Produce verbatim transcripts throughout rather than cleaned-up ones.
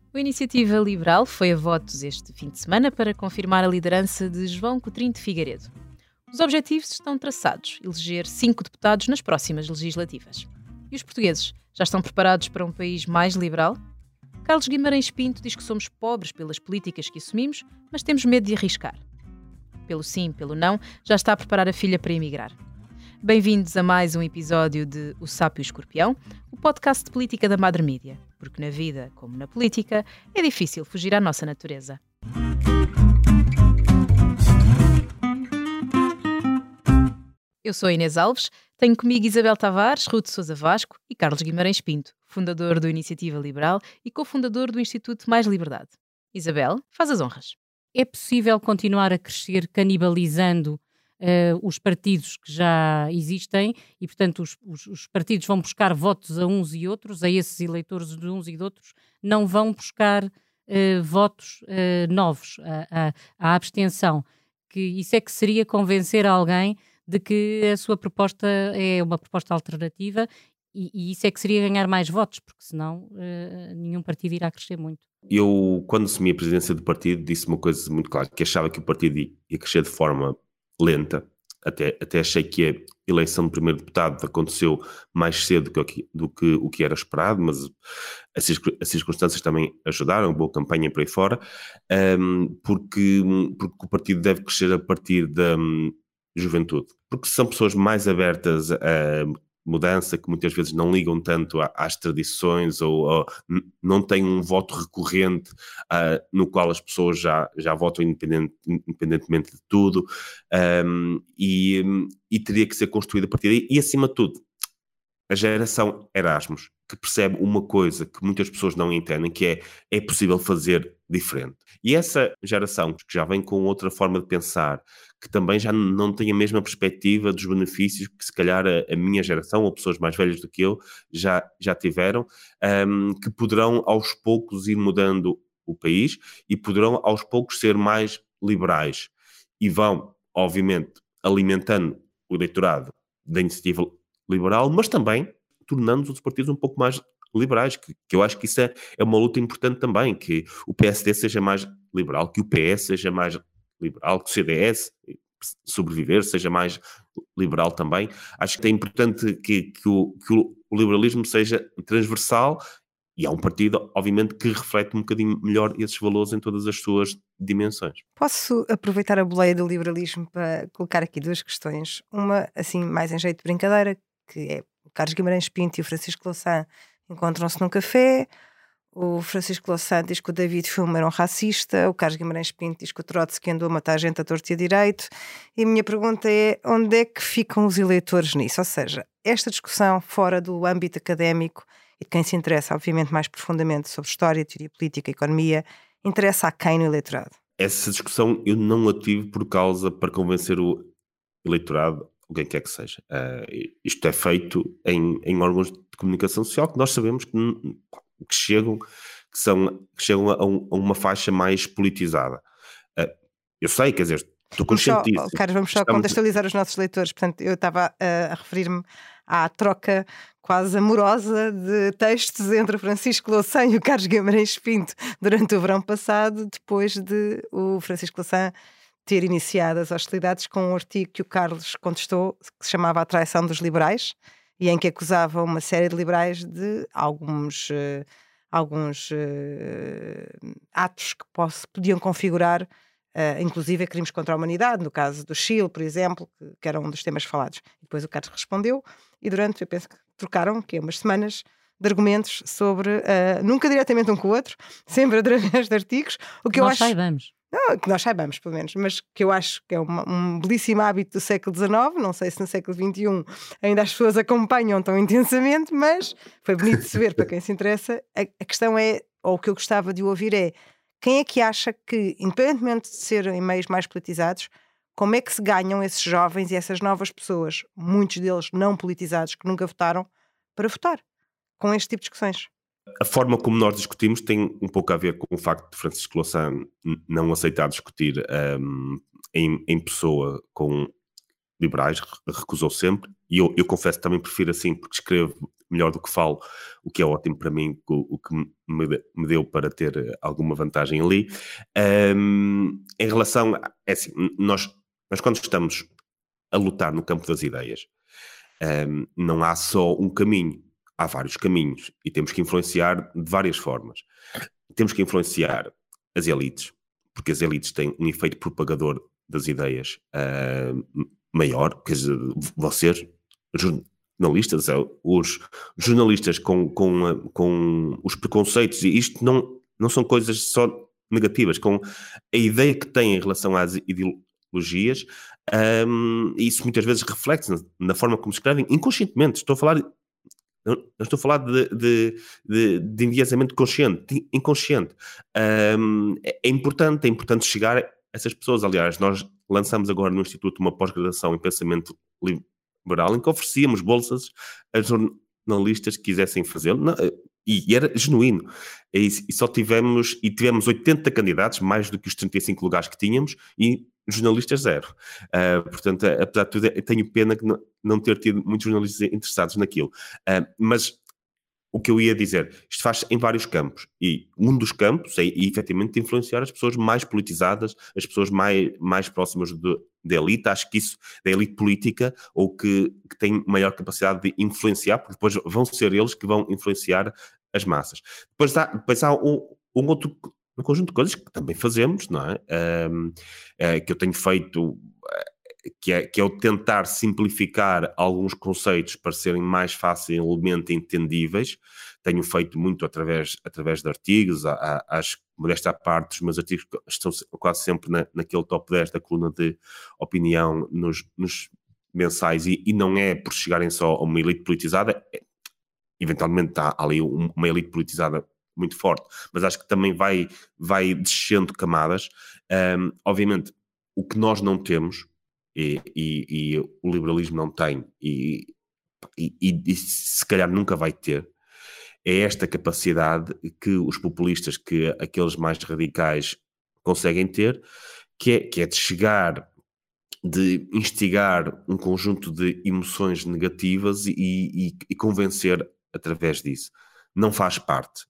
A Iniciativa Liberal foi a votos este fim de semana para confirmar a liderança de João Coutinho de Figueiredo. Os objetivos estão traçados: eleger cinco deputados nas próximas legislativas. E os portugueses já estão preparados para um país mais liberal? Carlos Guimarães Pinto diz que somos pobres pelas políticas que assumimos, mas temos medo de arriscar. Pelo sim, pelo não, já está a preparar a filha para emigrar. Bem-vindos a mais um episódio de O Sapo e o Escorpião, o podcast de política da Madre Mídia, porque na vida, como na política, é difícil fugir à nossa natureza. Eu sou a Inês Alves, tenho comigo Isabel Tavares, Ruth Sousa Vasco e Carlos Guimarães Pinto, fundador do Iniciativa Liberal e cofundador do Instituto Mais Liberdade. Isabel, faz as honras. É possível continuar a crescer canibalizando Uh, os partidos que já existem e, portanto, os, os, os partidos vão buscar votos a uns e outros, a esses eleitores de uns e de outros, não vão buscar uh, votos uh, novos à, à abstenção. Que isso é que seria convencer alguém de que a sua proposta é uma proposta alternativa e, e isso é que seria ganhar mais votos, porque senão uh, nenhum partido irá crescer muito. Eu, quando assumi a presidência do partido, disse uma coisa muito clara, que achava que o partido ia crescer de forma lenta, até, até achei que a eleição do primeiro deputado aconteceu mais cedo do que, do que o que era esperado, mas as, as circunstâncias também ajudaram, boa campanha por aí fora, um, porque, porque o partido deve crescer a partir da um, juventude, porque são pessoas mais abertas a mudança, que muitas vezes não ligam tanto às tradições ou, ou não têm um voto recorrente uh, no qual as pessoas já, já votam independente, independentemente de tudo, um, e, e teria que ser construída a partir daí. E, acima de tudo, a geração Erasmus, que percebe uma coisa que muitas pessoas não entendem, que é, é possível fazer diferente. E essa geração, que já vem com outra forma de pensar, que também já não tem a mesma perspectiva dos benefícios que se calhar a, a minha geração, ou pessoas mais velhas do que eu, já, já tiveram, um, que poderão aos poucos ir mudando o país e poderão aos poucos ser mais liberais. E vão, obviamente, alimentando o eleitorado da Iniciativa Liberal, mas também tornando os outros partidos um pouco mais liberais, que, que eu acho que isso é, é uma luta importante também, que o P S D seja mais liberal, que o P S seja mais liberal, que o C D S, sobreviver, seja mais liberal também. Acho que é importante que, que, o, que o liberalismo seja transversal e é um partido, obviamente, que reflete um bocadinho melhor esses valores em todas as suas dimensões. Posso aproveitar a boleia do liberalismo para colocar aqui duas questões. Uma, assim, mais em jeito de brincadeira, que é o Carlos Guimarães Pinto e o Francisco Louçã encontram-se num café. O Francisco Louçã diz que o David Filme era um racista, o Carlos Guimarães Pinto diz que o Trotsky andou a matar gente a torto e a direito, e a minha pergunta é: onde é que ficam os eleitores nisso? Ou seja, esta discussão fora do âmbito académico e de quem se interessa, obviamente, mais profundamente sobre história, teoria política, economia, interessa a quem no eleitorado? Essa discussão eu não a tive por causa para convencer o eleitorado, o quem quer que seja. Uh, isto é feito em, em órgãos de comunicação social que nós sabemos que, que chegam, que são, que chegam a, um, a uma faixa mais politizada. Uh, eu sei, quer dizer, estou consciente disso. Carlos, vamos só Estamos... contextualizar os nossos leitores. Portanto, eu estava uh, a referir-me à troca quase amorosa de textos entre o Francisco Louçã e o Carlos Guimarães Pinto durante o verão passado, depois de o Francisco Louçã ter iniciado as hostilidades com um artigo que o Carlos contestou, que se chamava A Traição dos Liberais, e em que acusava uma série de liberais de alguns, uh, alguns uh, atos que posso, podiam configurar, uh, inclusive crimes contra a humanidade, no caso do Chile, por exemplo, que, que era um dos temas falados. E depois o Carlos respondeu, e durante, eu penso que trocaram, que é umas semanas, de argumentos sobre, uh, nunca diretamente um com o outro, sempre através de artigos, o que nós eu acho... saibamos. Não, que nós saibamos, pelo menos, mas que eu acho que é uma, um belíssimo hábito do século dezenove, não sei se no século vinte e um ainda as pessoas acompanham tão intensamente, mas foi bonito de se ver para quem se interessa. A, a questão é, ou o que eu gostava de ouvir é, quem é que acha que, independentemente de serem meios mais politizados, como é que se ganham esses jovens e essas novas pessoas, muitos deles não politizados, que nunca votaram, para votar, com este tipo de discussões? A forma como nós discutimos tem um pouco a ver com o facto de Francisco Louçã não aceitar discutir um, em, em pessoa com liberais, recusou sempre, e eu, eu confesso que também prefiro assim, porque escrevo melhor do que falo, o que é ótimo para mim, o, o que me, me deu para ter alguma vantagem ali. Um, em relação, a, é assim, nós, nós quando estamos a lutar no campo das ideias, um, não há só um caminho, há vários caminhos e temos que influenciar de várias formas. Temos que influenciar as elites, porque as elites têm um efeito propagador das ideias uh, maior, quer dizer, vocês, jornalistas, os jornalistas com, com, com os preconceitos, e isto não, não são coisas só negativas, com a ideia que têm em relação às ideologias, um, isso muitas vezes reflete na, na forma como escrevem, inconscientemente. Estou a falar... Não, não estou a falar de, de, de, de enviesamento consciente, de inconsciente. Um, é, é importante, é importante chegar a essas pessoas. Aliás, nós lançamos agora no Instituto uma pós-graduação em pensamento liberal, em que oferecíamos bolsas a jornalistas que quisessem fazê-lo, e, e era genuíno. E, e só tivemos, e tivemos oitenta candidatos, mais do que os trinta e cinco lugares que tínhamos, e jornalistas zero. Uh, portanto, apesar de tudo, eu tenho pena que não, não ter tido muitos jornalistas interessados naquilo. Uh, mas o que eu ia dizer, isto faz em vários campos, e um dos campos é, efetivamente, influenciar as pessoas mais politizadas, as pessoas mais, mais próximas de, da elite. Acho que isso, da elite política, ou que, que tem maior capacidade de influenciar, porque depois vão ser eles que vão influenciar as massas. Depois há, depois há um, um outro... um conjunto de coisas que também fazemos, não é? Um, é que eu tenho feito, que é, que é o tentar simplificar alguns conceitos para serem mais facilmente entendíveis. Tenho feito muito através, através de artigos, a, a, acho que, modesta à parte, os meus artigos estão quase sempre na, naquele top dez da coluna de opinião nos, nos mensais, e, e não é por chegarem só a uma elite politizada, é, eventualmente há ali uma elite politizada muito forte, mas acho que também vai, vai descendo camadas. Um, obviamente, o que nós não temos, e, e, e o liberalismo não tem, e, e, e se calhar nunca vai ter, é esta capacidade que os populistas, que aqueles mais radicais conseguem ter, que é, que é de chegar, de instigar um conjunto de emoções negativas e, e, e convencer através disso. Não faz parte.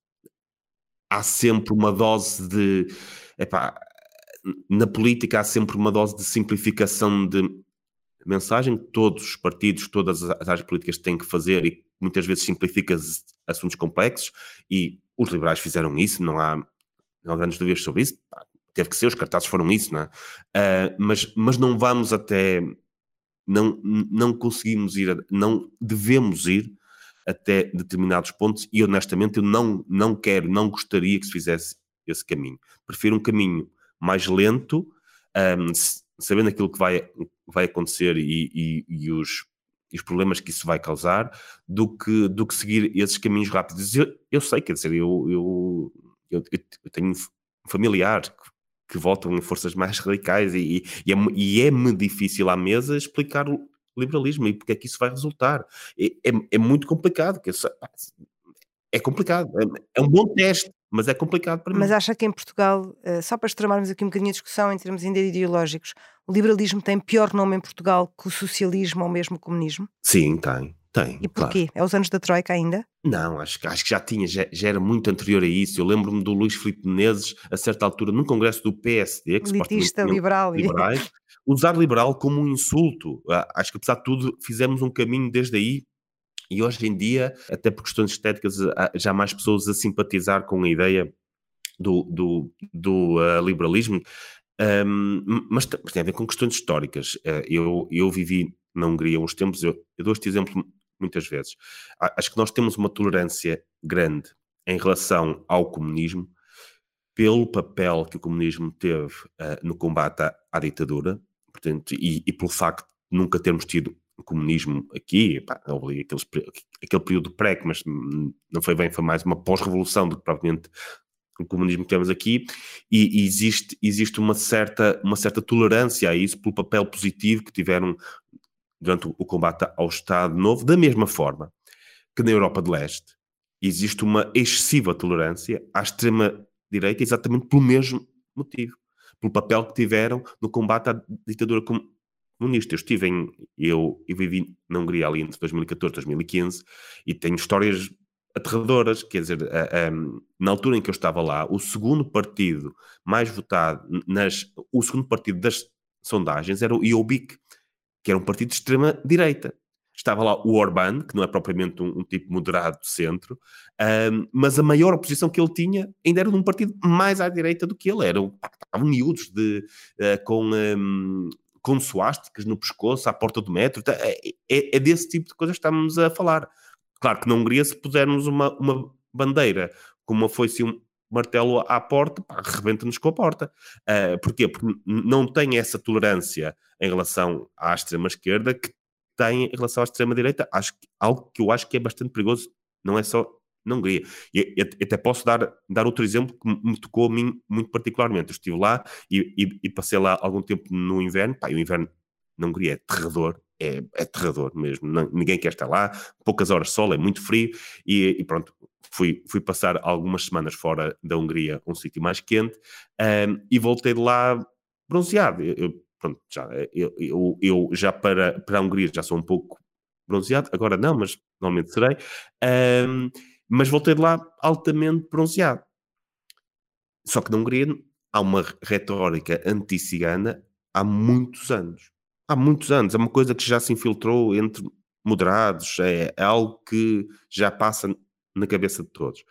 Há sempre uma dose de... Epá, na política há sempre uma dose de simplificação de mensagem que todos os partidos, todas as áreas políticas têm que fazer, e muitas vezes simplifica assuntos complexos, e os liberais fizeram isso, não há, não há grandes dúvidas sobre isso. Teve que ser, os cartazes foram isso, não é? Uh, mas, mas não vamos até... Não, não conseguimos ir, não devemos ir até determinados pontos, e honestamente eu não, não quero, não gostaria que se fizesse esse caminho. Prefiro um caminho mais lento, um, sabendo aquilo que vai, vai acontecer e, e, e, os, e os problemas que isso vai causar, do que, do que seguir esses caminhos rápidos. Eu, eu sei, quer dizer, eu, eu, eu, eu tenho um familiar que, que votam em forças mais radicais, e, e, é, e é-me difícil à mesa explicar o liberalismo e porque é que isso vai resultar. É, é, é muito complicado, que é complicado, é, é um bom teste, mas é complicado para mim. Mas acha que em Portugal, só para extremarmos aqui um bocadinho a discussão em termos ainda ideológicos, o liberalismo tem pior nome em Portugal que o socialismo ou mesmo o comunismo? Sim, tem. Tem, e porquê? Claro. É os anos da Troika ainda? Não, acho, acho que já tinha, já, já era muito anterior a isso. Eu lembro-me do Luís Filipe Menezes, a certa altura, num congresso do P S D, que elitista, liberal, liberais, usar liberal como um insulto. Acho que, apesar de tudo, fizemos um caminho desde aí, e hoje em dia, até por questões estéticas, já há mais pessoas a simpatizar com a ideia do, do, do uh, liberalismo, um, mas, mas tem a ver com questões históricas. Uh, eu, eu vivi na Hungria uns tempos, eu, eu dou este exemplo muitas vezes. Acho que nós temos uma tolerância grande em relação ao comunismo, pelo papel que o comunismo teve uh, no combate à, à ditadura, portanto, e, e pelo facto de nunca termos tido comunismo aqui. Pá, houve aqueles, aquele período pré, mas não foi bem, foi mais uma pós-revolução do que propriamente o comunismo que temos aqui, e, e existe, existe uma, certa, uma certa tolerância a isso pelo papel positivo que tiveram durante o, o combate ao Estado Novo, da mesma forma que na Europa de Leste existe uma excessiva tolerância à extrema-direita, exatamente pelo mesmo motivo, pelo papel que tiveram no combate à ditadura comunista. Eu estive em, eu, eu vivi na Hungria ali entre dois mil e catorze e dois mil e quinze e tenho histórias aterradoras, quer dizer, a, a, na altura em que eu estava lá, o segundo partido mais votado, nas, o segundo partido das sondagens era o Jobbik, que era um partido de extrema-direita. Estava lá o Orbán, que não é propriamente um, um tipo moderado de centro, um, mas a maior oposição que ele tinha ainda era de um partido mais à direita do que ele. Eram, estavam miúdos de, uh, com, um, com suásticas no pescoço, à porta do metro. É, é, é desse tipo de coisas que estamos a falar. Claro que na Hungria, se pusermos uma, uma bandeira como foi-se um martelo à porta, pá, rebenta-nos com a porta. Uh, porquê? Porque não tem essa tolerância em relação à extrema-esquerda que tem em relação à extrema-direita. Acho que, algo que eu acho que é bastante perigoso, não é só na Hungria. E, e até posso dar, dar outro exemplo que me tocou a mim muito particularmente. Eu estive lá e, e, e passei lá algum tempo no inverno. Pá, e o inverno na Hungria é aterrador. É, é aterrador mesmo. Não, ninguém quer estar lá. Poucas horas de sol, é muito frio. E, e pronto, fui, fui passar algumas semanas fora da Hungria, um sítio mais quente, um, e voltei de lá bronzeado. Eu, eu, pronto, já, eu, eu, eu já para, para a Hungria já sou um pouco bronzeado. Agora não, mas normalmente serei. Um, mas voltei de lá altamente bronzeado. Só que na Hungria há uma retórica anti-cigana há muitos anos. Há muitos anos. É uma coisa que já se infiltrou entre moderados. É, é algo que já passa na cabeça de todos.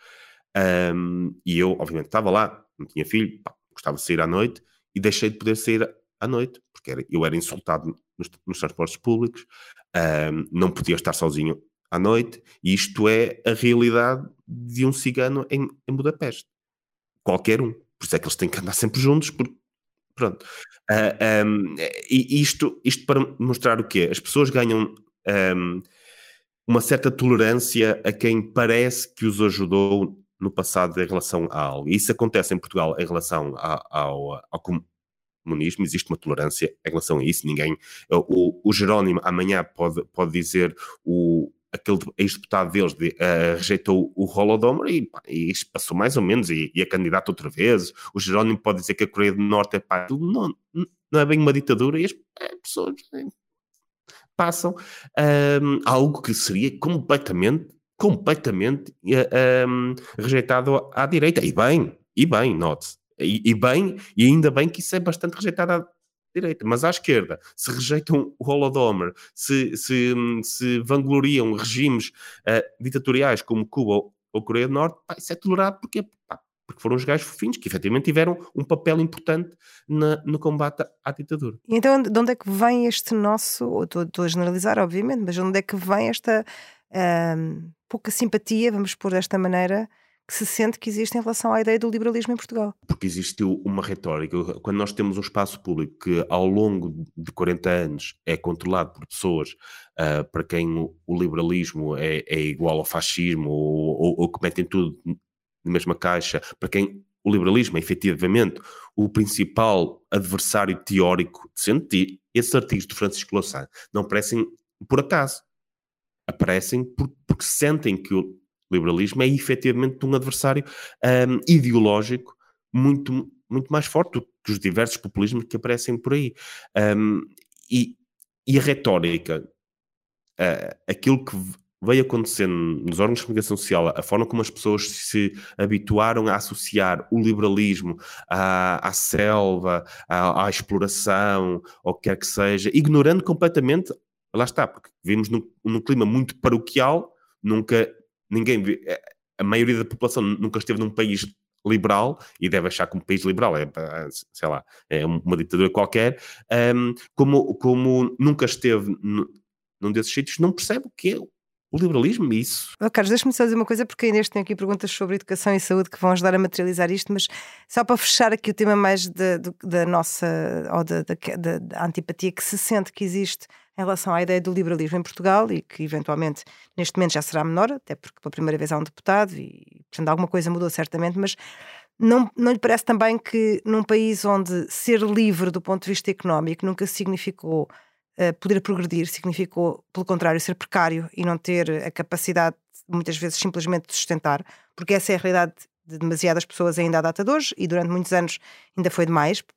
Um, e eu, obviamente, estava lá, não tinha filho, pá, gostava de sair à noite e deixei de poder sair à noite, porque era, eu era insultado nos, nos transportes públicos, um, não podia estar sozinho à noite, e isto é a realidade de um cigano em, em Budapeste. Qualquer um. Por isso é que eles têm que andar sempre juntos, porque, pronto. Uh, um, e isto, isto para mostrar o quê? As pessoas ganham um, uma certa tolerância a quem parece que os ajudou no passado em relação a algo. E isso acontece em Portugal em relação a, ao, ao comunismo. Existe uma tolerância em relação a isso. Ninguém... O, o Jerónimo amanhã pode, pode dizer... o aquele ex-deputado deles de, uh, rejeitou o Holodomor e, pá, e isto passou mais ou menos e, e é candidato outra vez. O Jerónimo pode dizer que a Coreia do Norte é pá, não, não é bem uma ditadura, e as é, pessoas é, passam um, algo que seria completamente completamente um, rejeitado à direita. E bem, e bem, note-se. E, e bem, e ainda bem que isso é bastante rejeitado à direita, mas à esquerda, se rejeitam o Holodomor, se, se, se vangloriam regimes uh, ditatoriais como Cuba ou, ou Coreia do Norte, pá, isso é tolerado porque, pá, porque foram os gajos fofinhos que efetivamente tiveram um papel importante na, no combate à ditadura. E então de onde é que vem este nosso, estou a generalizar obviamente, mas de onde é que vem esta um, pouca simpatia, vamos pôr desta maneira, que se sente que existe em relação à ideia do liberalismo em Portugal? Porque existiu uma retórica. Quando nós temos um espaço público que ao longo de quarenta anos é controlado por pessoas uh, para quem o, o liberalismo é, é igual ao fascismo ou, ou, ou que metem tudo na mesma caixa, para quem o liberalismo é efetivamente o principal adversário teórico de centro, esses artigos de Francisco Louçã não aparecem por acaso. Aparecem por, porque sentem que o liberalismo é efetivamente um adversário um, ideológico muito, muito mais forte do que os diversos populismos que aparecem por aí. Um, e, e a retórica, uh, aquilo que veio acontecendo nos órgãos de comunicação social, a forma como as pessoas se habituaram a associar o liberalismo à, à selva, à, à exploração, ou o que quer que seja, ignorando completamente, lá está, porque vivemos num, num clima muito paroquial, nunca... Ninguém, a maioria da população nunca esteve num país liberal e deve achar que um país liberal é, sei lá, é uma ditadura qualquer, um, como, como nunca esteve num desses sítios, não percebe o que é o liberalismo e isso. Oh, Carlos, deixa-me só dizer uma coisa, porque ainda este tenho aqui perguntas sobre educação e saúde que vão ajudar a materializar isto, mas só para fechar aqui o tema mais da, da nossa, ou da, da, da antipatia que se sente que existe em relação à ideia do liberalismo em Portugal e que eventualmente neste momento já será menor, até porque pela primeira vez há um deputado e portanto alguma coisa mudou certamente, mas não, não lhe parece também que num país onde ser livre do ponto de vista económico nunca significou uh, poder progredir, significou pelo contrário ser precário e não ter a capacidade muitas vezes simplesmente de sustentar, porque essa é a realidade de demasiadas pessoas ainda à data de hoje e durante muitos anos ainda foi demais.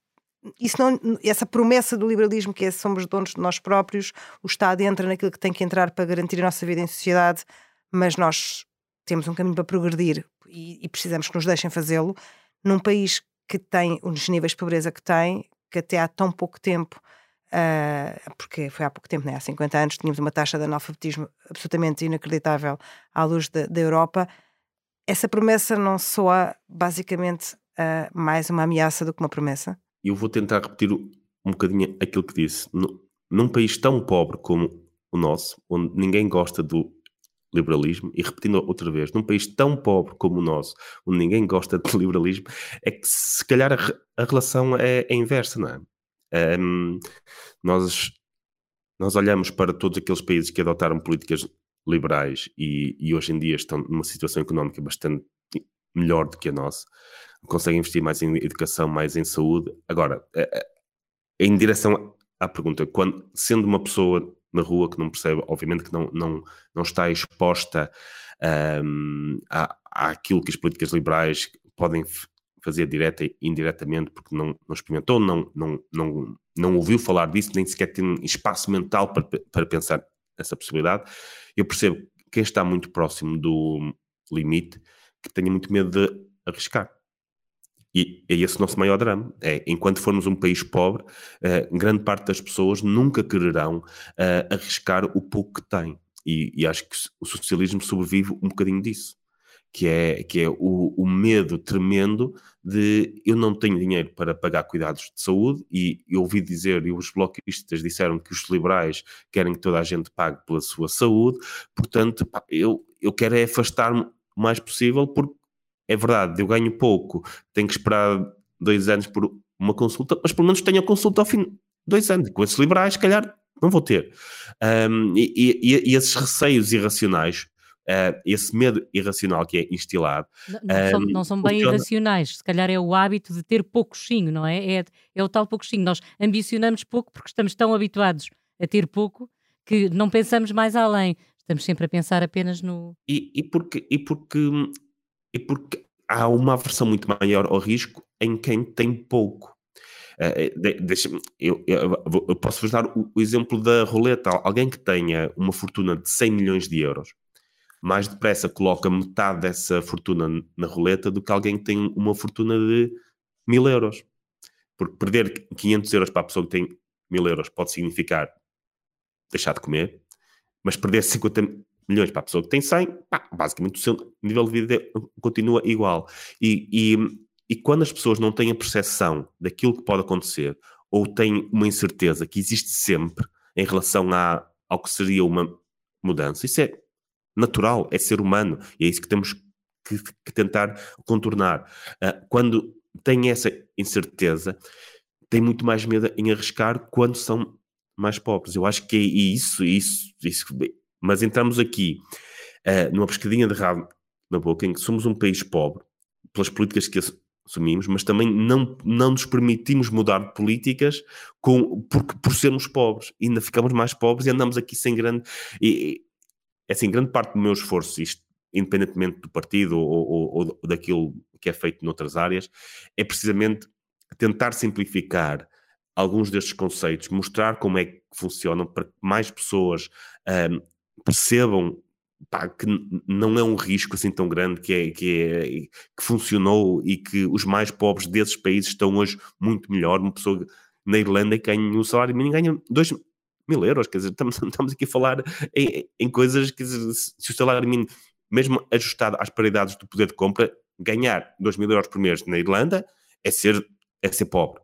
isso não, essa promessa do liberalismo, que é somos donos de nós próprios, o Estado entra naquilo que tem que entrar para garantir a nossa vida em sociedade, mas nós temos um caminho para progredir e, e precisamos que nos deixem fazê-lo num país que tem os níveis de pobreza que tem, que até há tão pouco tempo, uh, porque foi há pouco tempo, né? Há cinquenta anos, tínhamos uma taxa de analfabetismo absolutamente inacreditável à luz da, da Europa. Essa promessa não soa basicamente uh, mais uma ameaça do que uma promessa? Eu vou tentar repetir um bocadinho aquilo que disse. Num país tão pobre como o nosso, onde ninguém gosta do liberalismo, e repetindo outra vez, num país tão pobre como o nosso, onde ninguém gosta de liberalismo, é que se calhar a, a relação é, é inversa, não é? Um, nós, nós olhamos para todos aqueles países que adotaram políticas liberais e, e hoje em dia estão numa situação económica bastante melhor do que a nossa, conseguem investir mais em educação, mais em saúde. Agora, em direção à pergunta, quando, sendo uma pessoa na rua que não percebe, obviamente que não, não, não está exposta um, à, àquilo que as políticas liberais podem fazer direta e indiretamente, porque não, não experimentou, não, não, não, não ouviu falar disso, nem sequer tem espaço mental para, para pensar nessa possibilidade. Eu percebo que quem está muito próximo do limite, que tenha muito medo de arriscar. E é esse o nosso maior drama. É, enquanto formos um país pobre, uh, grande parte das pessoas nunca quererão uh, arriscar o pouco que têm. E, e acho que o socialismo sobrevive um bocadinho disso. Que é, que é o, o medo tremendo de eu não tenho dinheiro para pagar cuidados de saúde, e eu ouvi dizer, e os bloquistas disseram que os liberais querem que toda a gente pague pela sua saúde, portanto, pá, eu, eu quero é afastar-me o mais possível, porque é verdade, eu ganho pouco, tenho que esperar dois anos por uma consulta, mas pelo menos tenho a consulta ao fim de dois anos. Com esses liberais, se calhar, não vou ter. Um, e, e, e esses receios irracionais, uh, esse medo irracional que é instilado... Não, não, um, são, não são bem funciona... irracionais, se calhar é o hábito de ter pouquinho, não é? É, é o tal pouquinho. Nós ambicionamos pouco porque estamos tão habituados a ter pouco que não pensamos mais além. Estamos sempre a pensar apenas no... E, e porque... E porque E porque há uma aversão muito maior ao risco em quem tem pouco. Uh, de, deixa, eu, eu, eu posso-vos dar o, o exemplo da roleta. Alguém que tenha uma fortuna de cem milhões de euros, mais depressa coloca metade dessa fortuna na roleta do que alguém que tem uma fortuna de mil euros. Porque perder quinhentos euros para a pessoa que tem mil euros pode significar deixar de comer, mas perder cinquenta milhões para a pessoa que tem cem, pá, basicamente o seu nível de vida continua igual. E, e, e quando as pessoas não têm a percepção daquilo que pode acontecer, ou têm uma incerteza que existe sempre em relação a, ao que seria uma mudança, isso é natural, é ser humano, e é isso que temos que, que tentar contornar. Uh, quando têm essa incerteza, têm muito mais medo em arriscar quando são mais pobres. Eu acho que é isso, isso, isso. Mas entramos aqui uh, numa pescadinha de rabo na boca, em que somos um país pobre, pelas políticas que assumimos, mas também não, não nos permitimos mudar de políticas com, porque, por sermos pobres. E ainda ficamos mais pobres e andamos aqui sem grande... E, assim, grande parte do meu esforço, isto, independentemente do partido ou, ou, ou daquilo que é feito noutras áreas, é precisamente tentar simplificar alguns destes conceitos, mostrar como é que funcionam para que mais pessoas... Um, percebam, pá, que não é um risco assim tão grande, que, é, que, é, que funcionou e que os mais pobres desses países estão hoje muito melhor. Uma pessoa na Irlanda que ganha um salário mínimo ganha dois mil euros, quer dizer, estamos, estamos aqui a falar em, em coisas que, se o salário mínimo, mesmo ajustado às paridades do poder de compra, ganhar dois mil euros por mês na Irlanda é ser, é ser pobre.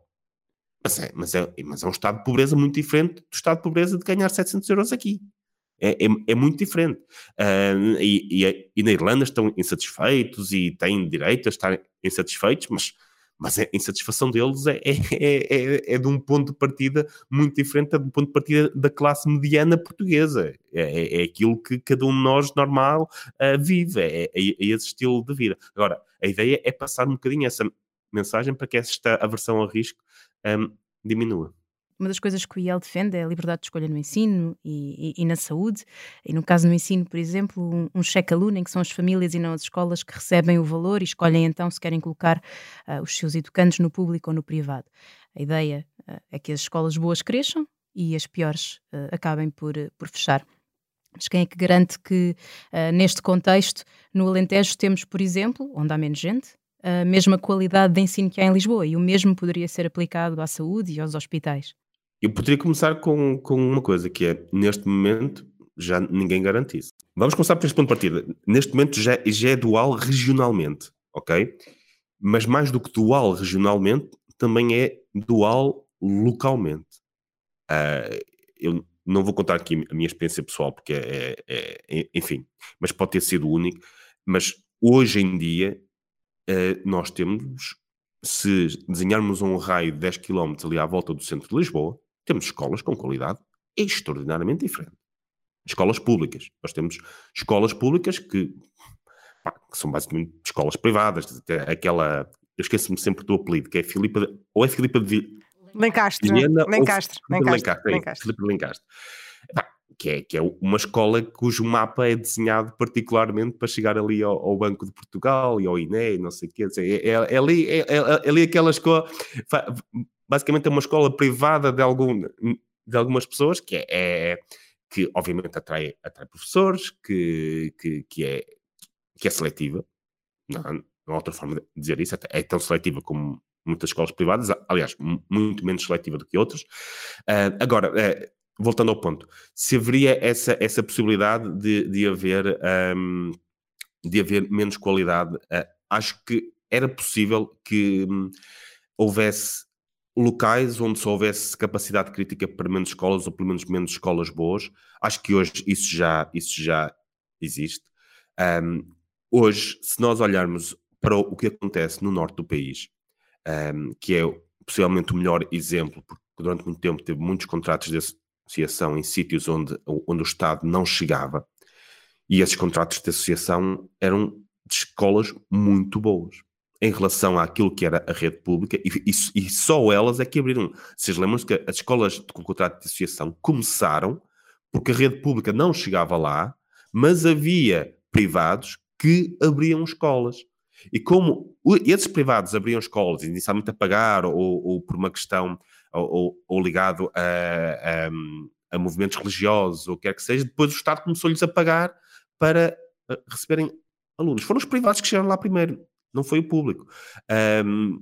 Mas é, mas, é, mas é um estado de pobreza muito diferente do estado de pobreza de ganhar setecentos euros aqui. É, é, é muito diferente. Uh, e, e, e na Irlanda estão insatisfeitos e têm direito a estar insatisfeitos, mas, mas a insatisfação deles é, é, é, é de um ponto de partida muito diferente do ponto de partida da classe mediana portuguesa. É, é, é aquilo que cada um de nós, normal, uh, vive. É, é, é esse estilo de vida. Agora, a ideia é passar um bocadinho essa mensagem para que esta aversão ao risco um, diminua. uma das coisas que o I E L defende é a liberdade de escolha no ensino e, e, e na saúde. E no caso do ensino, por exemplo, um, um cheque aluno em que são as famílias e não as escolas que recebem o valor e escolhem então se querem colocar uh, os seus educandos no público ou no privado. A ideia uh, é que as escolas boas cresçam e as piores uh, acabem por, uh, por fechar. Mas quem é que garante que, uh, neste contexto, no Alentejo temos, por exemplo, onde há menos gente, a mesma qualidade de ensino que há em Lisboa, e o mesmo poderia ser aplicado à saúde e aos hospitais? Eu poderia começar com, com uma coisa, que é, neste momento, já ninguém garante isso. Vamos começar por este ponto de partida. Neste momento já, já é dual regionalmente, ok? Mas mais do que dual regionalmente, também é dual localmente. Uh, eu não vou contar aqui a minha experiência pessoal, porque é, é, é, enfim, mas pode ter sido único. Mas hoje em dia, uh, nós temos, se desenharmos um raio de dez quilómetros ali à volta do centro de Lisboa, temos escolas com qualidade extraordinariamente diferente. Escolas públicas. Nós temos escolas públicas que, pá, que são basicamente escolas privadas. Aquela, eu esqueço-me sempre do apelido, que é Filipa, de, ou é Filipa de Lencastre, Viena, Lencastre, ou Lencastre, Lencastre, Lencastre. Filipe de Lencastre. Pá, que, é, que é uma escola cujo mapa é desenhado particularmente para chegar ali ao, ao Banco de Portugal e ao I N E, não sei o quê. É, é, é, ali, é, é, é ali aquela escola... Basicamente é uma escola privada de, algum, de algumas pessoas que é, é que obviamente atrai, atrai professores, que, que, que, é, que é seletiva. Não, não há outra forma de dizer isso. É tão seletiva como muitas escolas privadas, aliás, muito menos seletiva do que outras. Uh, agora, uh, voltando ao ponto, se haveria essa, essa possibilidade de, de, haver, um, de haver menos qualidade, uh, acho que era possível que um, houvesse locais onde só houvesse capacidade crítica para menos escolas, ou pelo menos menos escolas boas. Acho que hoje isso já, isso já existe. Um, hoje, se nós olharmos para o que acontece no norte do país, um, que é possivelmente o melhor exemplo, porque durante muito tempo teve muitos contratos de associação em sítios onde, onde o Estado não chegava, e esses contratos de associação eram de escolas muito boas em relação àquilo que era a rede pública, e, e, e só elas é que abriram. Vocês lembram-se que as escolas com contrato de associação começaram porque a rede pública não chegava lá, mas havia privados que abriam escolas. E como esses privados abriam escolas, inicialmente a pagar, ou, ou por uma questão, ou, ou, ou ligado a, a, a movimentos religiosos, ou o que quer que seja, depois o Estado começou-lhes a pagar para receberem alunos. Foram os privados que chegaram lá primeiro, não foi o público. Um,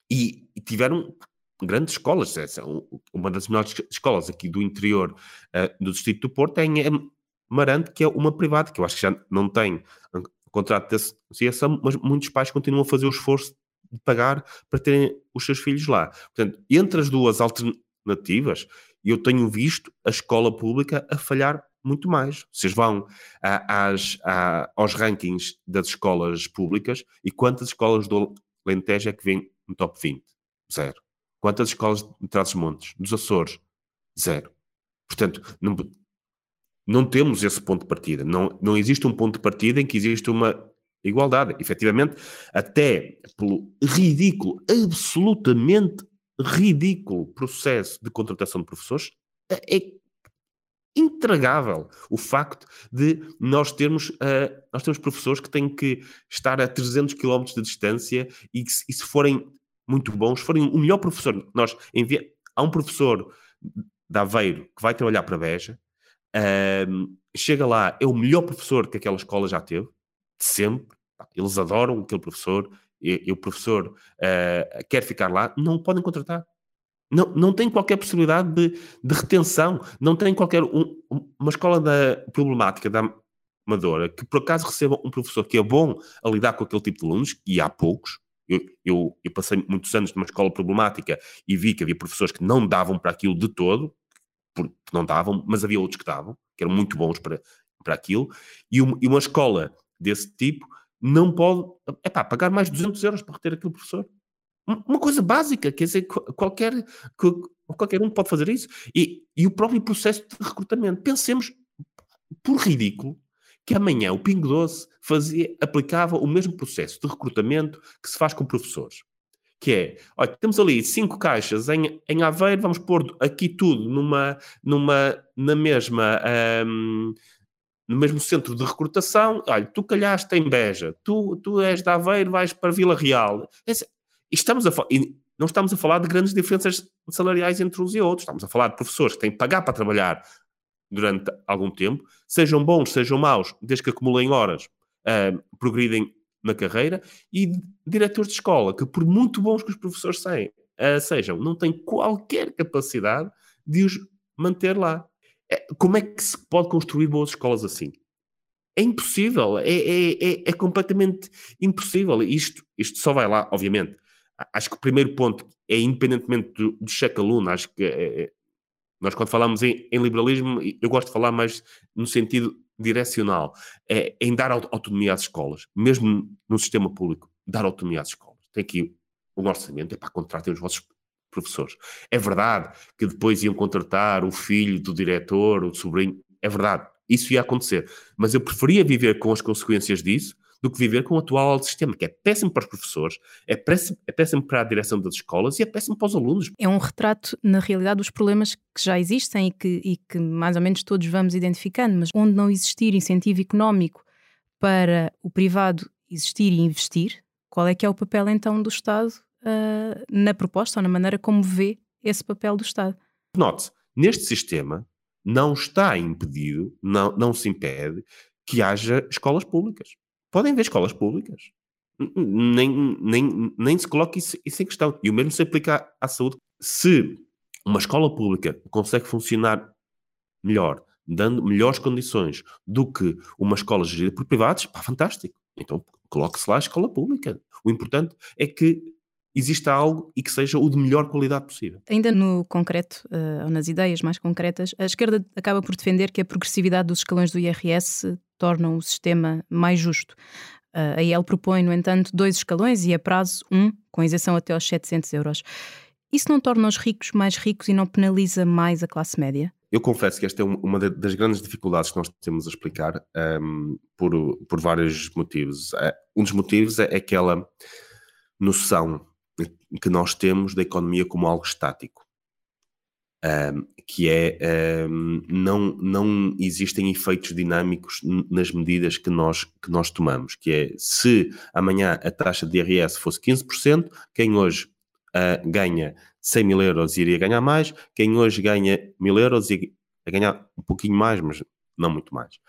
e, e tiveram grandes escolas. Uma das melhores escolas aqui do interior uh, do distrito do Porto é em Marante, que é uma privada, que eu acho que já não tem um contrato de associação, mas muitos pais continuam a fazer o esforço de pagar para terem os seus filhos lá. Portanto, entre as duas alternativas, eu tenho visto a escola pública a falhar muito mais. Vocês vão a, às, a, aos rankings das escolas públicas, e quantas escolas do Alentejo é que vêm no top vinte? Zero. Quantas escolas de Trás-os-Montes, dos Açores? Zero. Portanto, não, não temos esse ponto de partida. Não, não existe um ponto de partida em que existe uma igualdade. Efetivamente, até pelo ridículo, absolutamente ridículo processo de contratação de professores, é intragável o facto de nós termos, uh, nós temos professores que têm que estar a trezentos quilómetros de distância, e, que, e se forem muito bons, se forem o melhor professor, nós envia, há um professor de Aveiro que vai trabalhar para Beja, uh, chega lá, é o melhor professor que aquela escola já teve, de sempre, eles adoram aquele professor, e, e o professor uh, quer ficar lá, não o podem contratar. Não, não tem qualquer possibilidade de, de retenção, não tem qualquer... Um, uma escola da problemática da Amadora que por acaso receba um professor que é bom a lidar com aquele tipo de alunos, e há poucos. Eu, eu, eu passei muitos anos numa escola problemática e vi que havia professores que não davam para aquilo de todo, porque não davam, mas havia outros que davam, que eram muito bons para, para aquilo, e uma, e uma escola desse tipo não pode, epá, pagar mais de duzentos euros para reter aquele professor. Uma coisa básica, quer dizer, qualquer, qualquer um pode fazer isso. E, e o próprio processo de recrutamento. Pensemos, por ridículo, que amanhã o Pingo Doce fazia, aplicava o mesmo processo de recrutamento que se faz com professores. que é, olha, temos ali cinco caixas em, em Aveiro, vamos pôr aqui tudo numa, numa, na mesma, um, no mesmo centro de recrutação. Olha, tu calhaste em Beja, tu, tu és de Aveiro, vais para Vila Real. Esse, e estamos a, e não estamos a falar de grandes diferenças salariais entre uns e outros, estamos a falar de professores que têm que pagar para trabalhar durante algum tempo, sejam bons, sejam maus, desde que acumulem horas, uh, progridem na carreira, e diretores de escola, que por muito bons que os professores sejam, uh, sejam não têm qualquer capacidade de os manter lá. É, como é que se pode construir boas escolas assim? É impossível, é, é, é, é completamente impossível. Isto, isto só vai lá, obviamente. Acho que o primeiro ponto é, independentemente do, do cheque aluno, acho que é, nós, quando falamos em, em liberalismo, eu gosto de falar mais no sentido direcional, é em dar autonomia às escolas, mesmo no sistema público, dar autonomia às escolas. Tem aqui um orçamento, é para contratar os vossos professores. É verdade que depois iam contratar o filho do diretor, o sobrinho, é verdade, isso ia acontecer, mas eu preferia viver com as consequências disso do que viver com o atual sistema, que é péssimo para os professores, é péssimo, é péssimo para a direção das escolas e é péssimo para os alunos. É um retrato, na realidade, dos problemas que já existem e que, e que mais ou menos todos vamos identificando, mas onde não existir incentivo económico para o privado existir e investir, qual é que é o papel então do Estado uh, na proposta ou na maneira como vê esse papel do Estado? Note, neste sistema não está impedido, não, não se impede que haja escolas públicas. Podem haver escolas públicas. Nem, nem, nem se coloca isso, isso em questão. E o mesmo se aplica à, à saúde. Se uma escola pública consegue funcionar melhor, dando melhores condições do que uma escola gerida por privados, pá, fantástico. Então coloque-se lá a escola pública. O importante é que exista algo e que seja o de melhor qualidade possível. Ainda no concreto, uh, ou nas ideias mais concretas, a esquerda acaba por defender que a progressividade dos escalões do I R S torna o sistema mais justo. Uh, a I E L propõe, no entanto, dois escalões e a prazo um, com isenção até aos setecentos euros. Isso não torna os ricos mais ricos e não penaliza mais a classe média? Eu confesso que esta é uma das grandes dificuldades que nós temos a explicar, um, por, por vários motivos. Um dos motivos é aquela noção que nós temos da economia como algo estático, um, que é, um, não, não existem efeitos dinâmicos nas medidas que nós, que nós tomamos, que é, se amanhã a taxa de I R S fosse quinze por cento, quem hoje uh, ganha cem mil euros iria ganhar mais, quem hoje ganha mil euros ia ganhar um pouquinho mais, mas não muito mais.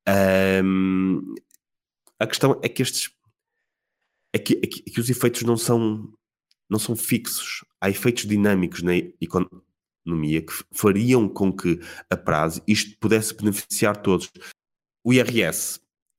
Um, a questão é que estes é que, é que, é que os efeitos não são não são fixos. Há efeitos dinâmicos na economia que fariam com que a prazo isto pudesse beneficiar todos. O I R S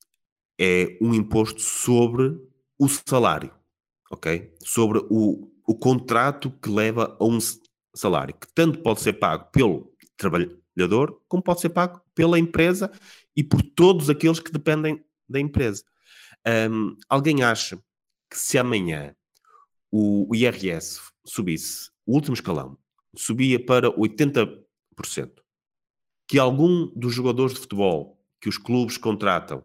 é um imposto sobre o salário, ok? Sobre o, o contrato que leva a um salário, que tanto pode ser pago pelo trabalhador, como pode ser pago pela empresa e por todos aqueles que dependem da empresa. Um, alguém acha que se amanhã o I R S subisse, o último escalão, subia para oitenta por cento, que algum dos jogadores de futebol que os clubes contratam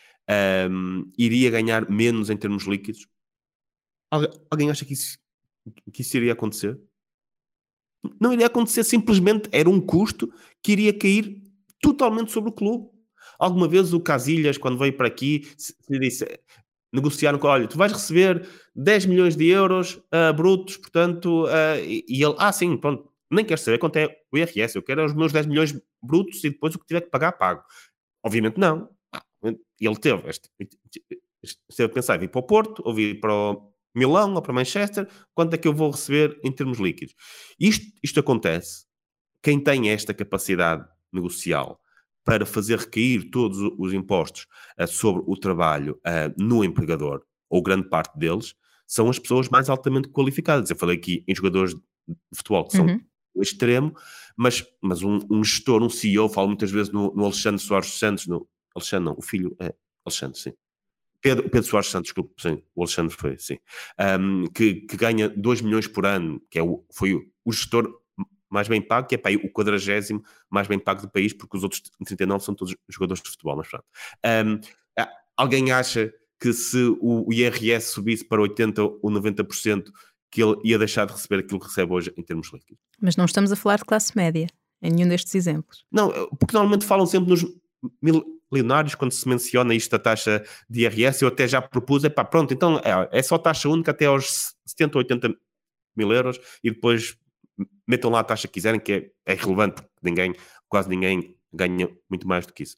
um, iria ganhar menos em termos líquidos? Algu- alguém acha que isso, que isso iria acontecer? Não iria acontecer, simplesmente era um custo que iria cair totalmente sobre o clube. Alguma vez o Casillas, quando veio para aqui, se, se disse... negociaram com, olha, tu vais receber dez milhões de euros uh, brutos, portanto, uh, e, e ele, ah, sim, pronto, nem quero saber quanto é o I R S, eu quero os meus dez milhões brutos e depois o que tiver que pagar, pago. Obviamente não. Ele teve, este, esteve a pensar, vir para o Porto, ou vir para o Milão, ou para Manchester, quanto é que eu vou receber em termos líquidos? Isto, isto acontece, quem tem esta capacidade negocial para fazer recair todos os impostos uh, sobre o trabalho uh, no empregador, ou grande parte deles, são as pessoas mais altamente qualificadas. Eu falei aqui em jogadores de futebol que são Uhum. o extremo, mas, mas um, um gestor, um C E O, falo muitas vezes no, no Alexandre Soares Santos, no Alexandre não, o filho é Alexandre, sim. Pedro, Pedro Soares Santos, desculpe, sim, o Alexandre foi, sim. Um, que, que ganha dois milhões por ano, que é o, foi o, o gestor mais bem pago, que é pá, o quadragésimo mais bem pago do país, porque os outros trinta e nove são todos jogadores de futebol, mas pronto. Um, alguém acha que se o I R S subisse para oitenta por cento ou noventa por cento que ele ia deixar de receber aquilo que recebe hoje em termos líquidos. Mas não estamos a falar de classe média, em nenhum destes exemplos. Não, porque normalmente falam sempre nos milionários quando se menciona isto da taxa de I R S. Eu até já propus, é pá, pronto, então é, é só taxa única até aos setenta, oitenta mil euros e depois metam lá a taxa que quiserem, que é, é irrelevante, porque ninguém, quase ninguém ganha muito mais do que isso.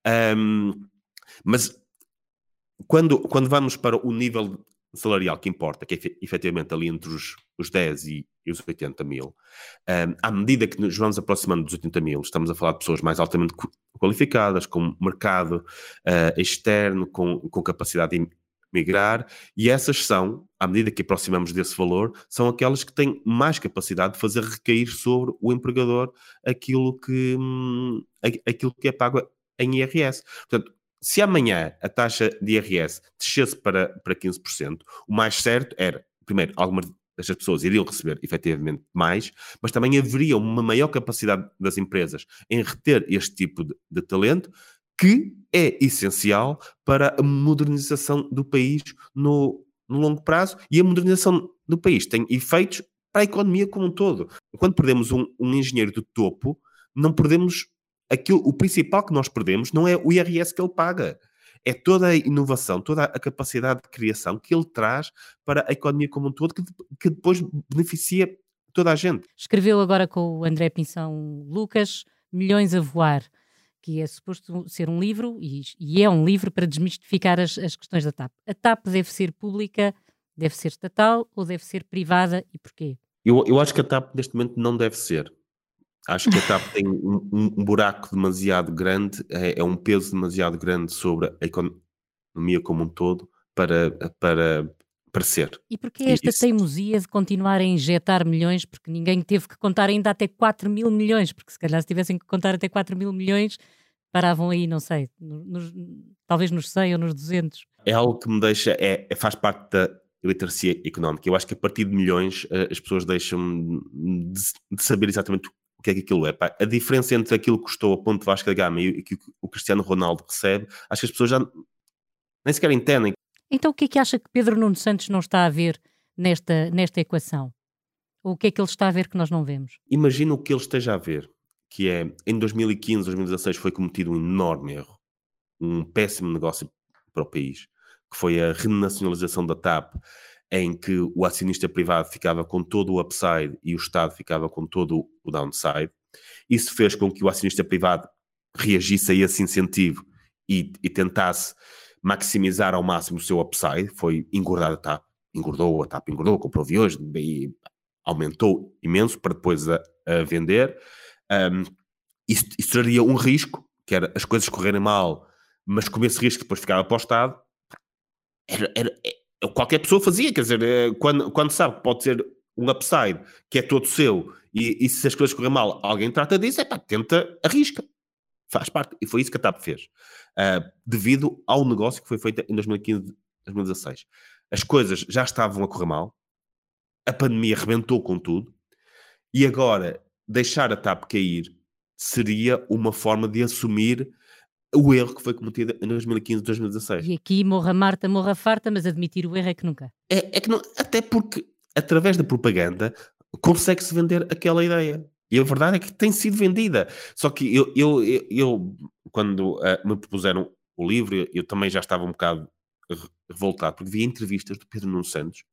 Um, mas quando, quando vamos para o nível salarial que importa, que é efetivamente ali entre os, os dez e, e os oitenta mil, um, à medida que nos vamos aproximando dos oitenta mil, estamos a falar de pessoas mais altamente qualificadas, com mercado uh, externo, com, com capacidade de migrar, e essas são, à medida que aproximamos desse valor, são aquelas que têm mais capacidade de fazer recair sobre o empregador aquilo que, hum, aquilo que é pago em I R S. Portanto, se amanhã a taxa de I R S descesse para, para quinze por cento, o mais certo era, primeiro, algumas destas pessoas iriam receber efetivamente mais, mas também haveria uma maior capacidade das empresas em reter este tipo de, de talento, que é essencial para a modernização do país no, no longo prazo, e a modernização do país tem efeitos para a economia como um todo. Quando perdemos um, um engenheiro de topo, não perdemos aquilo, o principal que nós perdemos não é o I R S que ele paga, é toda a inovação, toda a capacidade de criação que ele traz para a economia como um todo, que, que depois beneficia toda a gente. Escreveu agora com o André Pinção Lucas, Milhões a Voar, que é suposto ser um livro, e, e é um livro para desmistificar as, as questões da TAP. A TAP deve ser pública, deve ser estatal ou deve ser privada, e porquê? Eu, eu acho que a TAP neste momento não deve ser. Acho que a TAP tem um, um buraco demasiado grande, é, é um peso demasiado grande sobre a economia como um todo para, para, para ser. E porquê esta Isso. teimosia de continuar a injetar milhões, porque ninguém teve que contar ainda até quatro mil milhões, porque se calhar se tivessem que contar até quatro mil milhões, paravam aí, não sei, nos, talvez nos cem ou nos duzentos. É algo que me deixa, é, é, faz parte da iliteracia económica. Eu acho que a partir de milhões as pessoas deixam de, de saber exatamente o que é que aquilo é. Pá, a diferença entre aquilo que custou a Ponte Vasco da Gama e o que o Cristiano Ronaldo recebe, acho que as pessoas já nem sequer entendem. Então o que é que acha que Pedro Nuno Santos não está a ver nesta, nesta equação? Ou o que é que ele está a ver que nós não vemos? Imagina o que ele esteja a ver, que é, em dois mil e quinze, dois mil e dezasseis foi cometido um enorme erro, um péssimo negócio para o país, que foi a renacionalização da TAP, em que o acionista privado ficava com todo o upside e o Estado ficava com todo o downside. Isso fez com que o acionista privado reagisse a esse incentivo e, e tentasse maximizar ao máximo o seu upside. Foi engordar a TAP, engordou, a TAP engordou, comprou aviões e aumentou imenso para depois a, a vender. Um, isso, isso traria um risco, que era as coisas correrem mal, mas como esse risco depois ficava para o Estado, era, era, qualquer pessoa fazia, quer dizer, quando, quando sabe que pode ser um upside que é todo seu e, e se as coisas correm mal, alguém trata disso, é pá, tenta, arrisca, faz parte, e foi isso que a TAP fez, uh, devido ao negócio que foi feito em dois mil e quinze, dois mil e dezasseis. As coisas já estavam a correr mal, a pandemia rebentou com tudo, e agora deixar a TAP cair seria uma forma de assumir o erro que foi cometido em dois mil e quinze, dois mil e dezasseis. E aqui morra Marta, morra farta, mas admitir o erro é que nunca. É, é que não, até porque, através da propaganda, consegue-se vender aquela ideia. E a verdade é que tem sido vendida. Só que eu, eu, eu, eu quando uh, me propuseram o livro, eu, eu também já estava um bocado revoltado, porque vi entrevistas do Pedro Nuno Santos,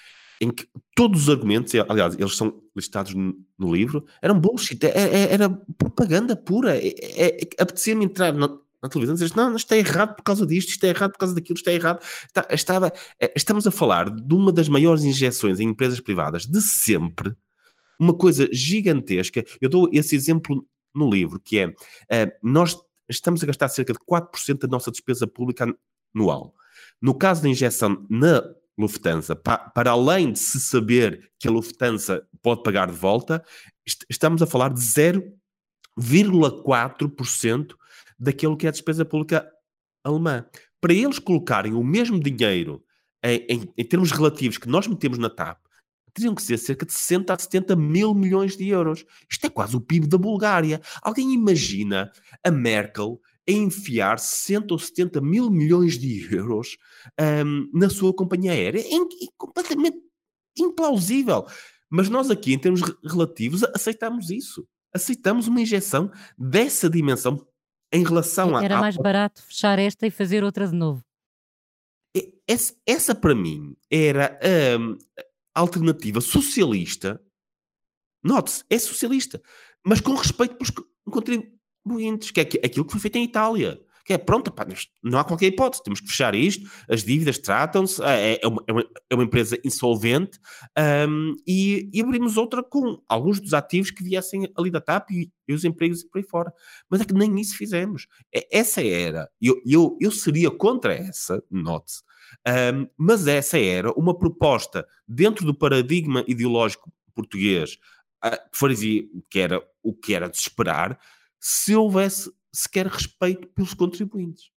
em que todos os argumentos, aliás, eles são listados no, no livro, eram bullshit, era, era propaganda pura. É, é, apetecia-me entrar na, na televisão e dizer, não, isto é errado por causa disto, isto é errado por causa daquilo, isto é errado. Está, estava, estamos a falar de uma das maiores injeções em empresas privadas de sempre, uma coisa gigantesca. Eu dou esse exemplo no livro, que é, uh, nós estamos a gastar cerca de quatro por cento da nossa despesa pública anual. No caso da injeção na Lufthansa, para, para além de se saber que a Lufthansa pode pagar de volta, est- estamos a falar de zero vírgula quatro por cento daquilo que é a despesa pública alemã. Para eles colocarem o mesmo dinheiro em, em, em termos relativos que nós metemos na TAP, teriam que ser cerca de sessenta a setenta mil milhões de euros. Isto é quase o P I B da Bulgária. Alguém imagina a Merkel a enfiar sessenta ou setenta mil milhões de euros um, na sua companhia aérea? É, é completamente implausível. Mas nós aqui, em termos relativos, aceitamos isso. Aceitamos uma injeção dessa dimensão em relação a... Era mais barato fechar esta e fazer outra de novo. Essa, essa para mim, era a alternativa socialista. Note-se, é socialista, mas com respeito pelos contribuintes, que é aquilo que foi feito em Itália. Que é, pronto, pá, não há qualquer hipótese, temos que fechar isto, as dívidas tratam-se, é, é, uma, é uma empresa insolvente, um, e, e abrimos outra com alguns dos ativos que viessem ali da T A P e, e os empregos e por aí fora. Mas é que nem isso fizemos. É, essa era, eu, eu, eu seria contra essa, note-se, um, mas essa era uma proposta dentro do paradigma ideológico português, uh, que faria, que era o que era de esperar, se houvesse sequer respeito pelos contribuintes.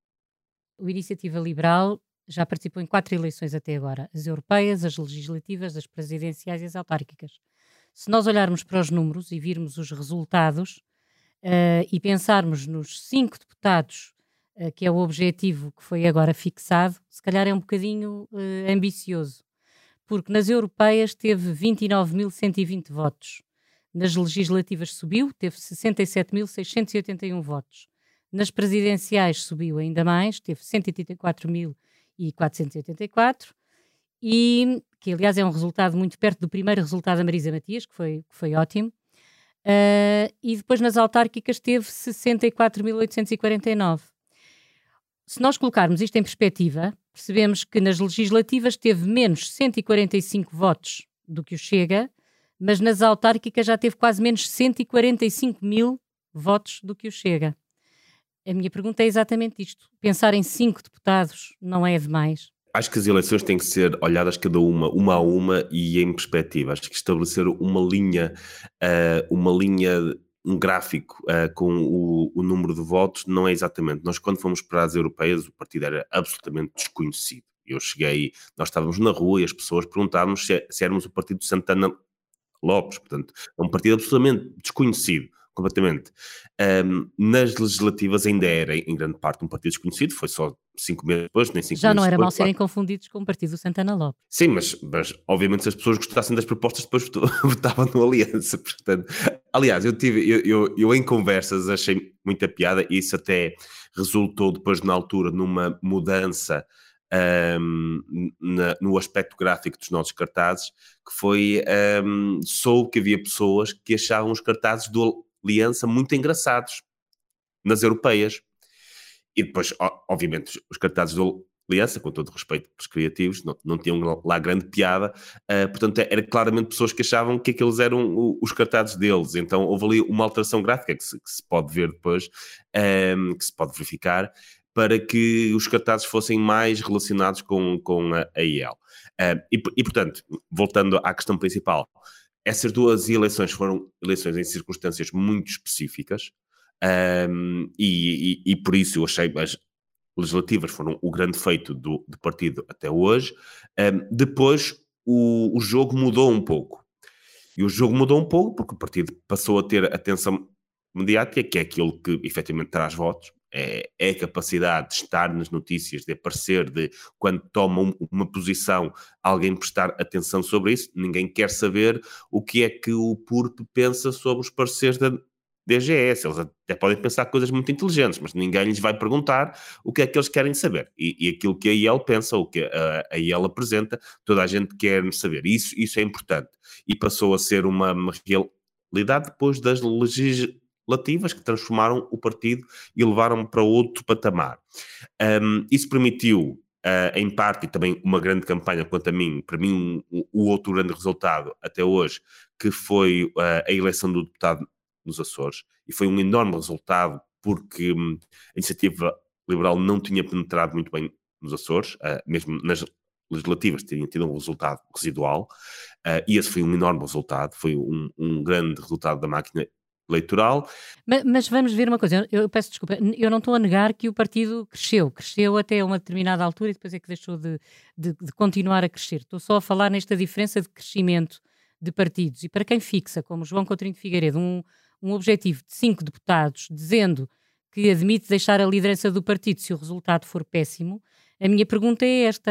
O Iniciativa Liberal já participou em quatro eleições até agora, as europeias, as legislativas, as presidenciais e as autárquicas. Se nós olharmos para os números e virmos os resultados uh, e pensarmos nos cinco deputados, uh, que é o objetivo que foi agora fixado, se calhar é um bocadinho uh, ambicioso, porque nas europeias teve vinte e nove mil cento e vinte votos. Nas legislativas subiu, teve sessenta e sete mil seiscentos e oitenta e um votos. Nas presidenciais subiu ainda mais, teve cento e oitenta e quatro mil quatrocentos e oitenta e quatro, e que aliás é um resultado muito perto do primeiro resultado da Marisa Matias, que foi, que foi ótimo. Uh, e depois nas autárquicas teve sessenta e quatro mil oitocentos e quarenta e nove. Se nós colocarmos isto em perspectiva, percebemos que nas legislativas teve menos cento e quarenta e cinco votos do que o Chega, mas nas autárquicas já teve quase menos cento e quarenta e cinco mil votos do que o Chega. A minha pergunta é exatamente isto. Pensar em cinco deputados não é demais? Acho que as eleições têm que ser olhadas cada uma, uma a uma e em perspectiva. Acho que estabelecer uma linha, uh, uma linha, um gráfico uh, com o, o número de votos não é exatamente. Nós, quando fomos para as europeias, o partido era absolutamente desconhecido. Eu cheguei, nós estávamos na rua e as pessoas perguntavam se, se éramos o partido de Santana Lopes, portanto, é um partido absolutamente desconhecido, completamente. Um, nas legislativas ainda era, em grande parte, um partido desconhecido, foi só cinco meses depois, nem cinco Já meses não era depois, mal serem claro. Confundidos com o partido do Santana Lopes. Sim, mas, mas obviamente se as pessoas gostassem das propostas depois votavam no Aliança, portanto. Aliás, eu tive, eu, eu, eu em conversas achei muita piada e isso até resultou depois na altura numa mudança Um, na, no aspecto gráfico dos nossos cartazes, que foi, um, soube que havia pessoas que achavam os cartazes do Aliança muito engraçados nas europeias. E depois, obviamente, os cartazes do Aliança, com todo o respeito pelos criativos, não, não tinham lá grande piada, uh, portanto, era claramente pessoas que achavam que aqueles eram os cartazes deles. Então, houve ali uma alteração gráfica que se, que se pode ver depois, um, que se pode verificar, para que os cartazes fossem mais relacionados com, com a, a I E L. Uh, e, e, portanto, voltando à questão principal, essas duas eleições foram eleições em circunstâncias muito específicas, um, e, e, e por isso eu achei as legislativas foram o grande feito do, do partido até hoje. Um, depois o, o jogo mudou um pouco. E o jogo mudou um pouco porque o partido passou a ter atenção mediática, que é aquilo que efetivamente traz votos. É, é a capacidade de estar nas notícias, de aparecer, de quando toma um, uma posição, alguém prestar atenção sobre isso. Ninguém quer saber o que é que o P U R P pensa sobre os pareceres da D G S. Eles até podem pensar coisas muito inteligentes, mas ninguém lhes vai perguntar o que é que eles querem saber. E, e aquilo que a I E L pensa, o que a, a I E L apresenta, toda a gente quer saber. Isso, isso é importante. E passou a ser uma, uma realidade depois das legislativas que transformaram o partido e levaram para outro patamar. Um, isso permitiu, uh, em parte, e também uma grande campanha, quanto a mim, para mim, o um, um outro grande resultado até hoje, que foi uh, a eleição do deputado nos Açores, e foi um enorme resultado porque um, a Iniciativa Liberal não tinha penetrado muito bem nos Açores, uh, mesmo nas legislativas teriam tido um resultado residual, uh, e esse foi um enorme resultado, foi um, um grande resultado da máquina eleitoral. Mas, mas vamos ver uma coisa, eu, eu peço desculpa, eu não estou a negar que o partido cresceu, cresceu até uma determinada altura e depois é que deixou de, de, de continuar a crescer. Estou só a falar nesta diferença de crescimento de partidos, e para quem fixa, como João Coutinho de Figueiredo, um, um objetivo de cinco deputados, dizendo que admite deixar a liderança do partido se o resultado for péssimo, a minha pergunta é esta: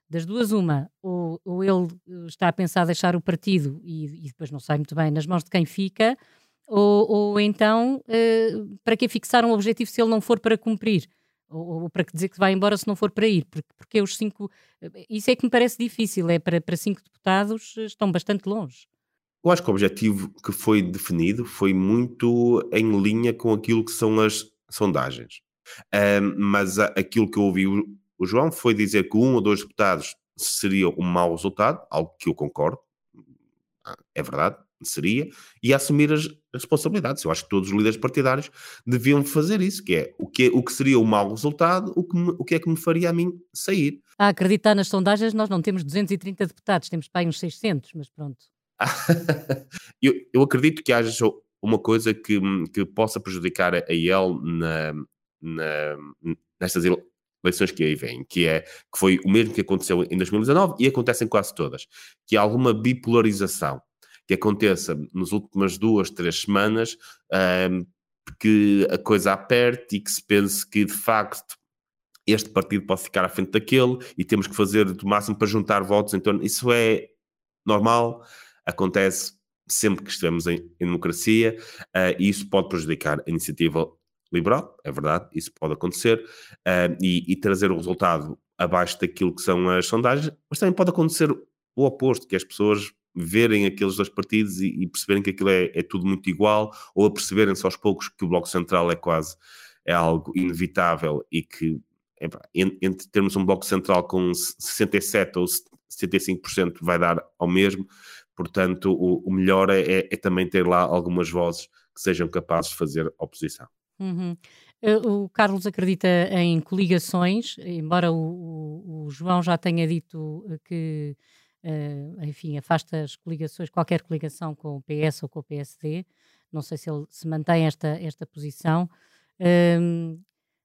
Das duas, uma, ou, ou ele está a pensar deixar o partido e, e depois não sai muito bem nas mãos de quem fica, ou, ou então, uh, para que fixar um objetivo se ele não for para cumprir? Ou, ou para dizer que vai embora se não for para ir? Porque, porque os cinco... Isso é que me parece difícil, é para, para cinco deputados estão bastante longe. Eu acho que o objetivo que foi definido foi muito em linha com aquilo que são as sondagens. Um, mas a, aquilo que eu ouvi o, o João foi dizer que um ou dois deputados seria um mau resultado, algo que eu concordo, é verdade, seria, e assumir as responsabilidades. Eu acho que todos os líderes partidários deviam fazer isso, que é o que, o que seria o mau resultado, o que, me, o que é que me faria a mim sair. A acreditar nas sondagens, nós não temos duzentos e trinta deputados, temos para aí uns seiscentos, mas pronto. eu, eu acredito que haja uma coisa que, que possa prejudicar a ele na, na, nestas eleições que aí vêm, que, é, que foi o mesmo que aconteceu em dois mil e dezanove e acontece em quase todas, que há alguma bipolarização que aconteça nas últimas duas, três semanas, um, que a coisa aperte e que se pense que, de facto, este partido pode ficar à frente daquele e temos que fazer do máximo para juntar votos em torno. Isso é normal, acontece sempre que estamos em, em democracia, uh, e isso pode prejudicar a iniciativa liberal, é verdade, isso pode acontecer, uh, e, e trazer o resultado abaixo daquilo que são as sondagens, mas também pode acontecer o oposto, que as pessoas verem aqueles dois partidos e, e perceberem que aquilo é, é tudo muito igual, ou a perceberem-se aos poucos que o Bloco Central é quase é algo inevitável e que é, entre termos um Bloco Central com sessenta e sete ou setenta e cinco por cento vai dar ao mesmo, portanto o, o melhor é, é, é também ter lá algumas vozes que sejam capazes de fazer oposição. Uhum. O Carlos acredita em coligações, embora o, o, o João já tenha dito que Uh, enfim, afasta as coligações, qualquer coligação com o P S ou com o P S D. Não sei se ele se mantém esta, esta posição. Um,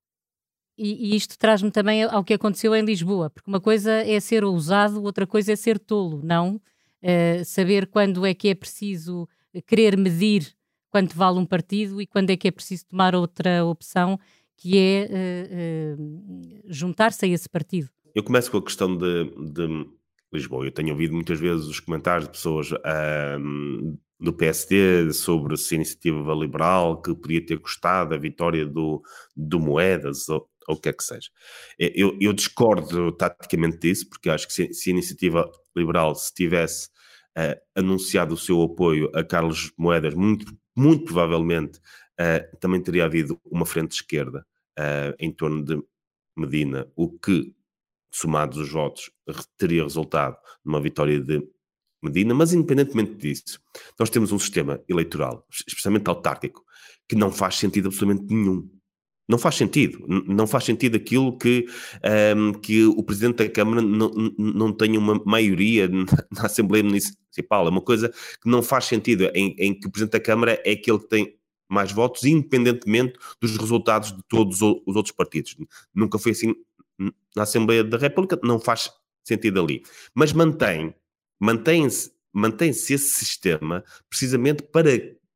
e, e isto traz-me também ao que aconteceu em Lisboa, porque uma coisa é ser ousado, outra coisa é ser tolo, não? Uh, saber quando é que é preciso querer medir quanto vale um partido e quando é que é preciso tomar outra opção, que é uh, uh, juntar-se a esse partido. Eu começo com a questão de... de... Lisboa. Eu tenho ouvido muitas vezes os comentários de pessoas um, do P S D sobre se a iniciativa liberal que podia ter custado a vitória do, do Moedas ou, ou o que é que seja. Eu, eu discordo taticamente disso, porque acho que se, se a iniciativa liberal se tivesse uh, anunciado o seu apoio a Carlos Moedas, muito, muito provavelmente uh, também teria havido uma frente esquerda uh, em torno de Medina, o que somados os votos, teria resultado numa vitória de Medina, mas independentemente disso, nós temos um sistema eleitoral, especialmente autárquico, que não faz sentido absolutamente nenhum. Não faz sentido. Não faz sentido aquilo que, um, que o Presidente da Câmara não, não tenha uma maioria na Assembleia Municipal. É uma coisa que não faz sentido, em, em que o Presidente da Câmara é aquele que tem mais votos, independentemente dos resultados de todos os outros partidos. Nunca foi assim na Assembleia da República, não faz sentido ali. Mas mantém, mantém-se, mantém-se esse sistema precisamente para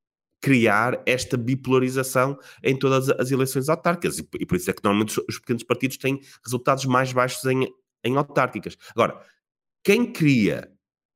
criar esta bipolarização em todas as eleições autárquicas. E, e por isso é que normalmente os, os pequenos partidos têm resultados mais baixos em, em autárquicas. Agora, quem cria,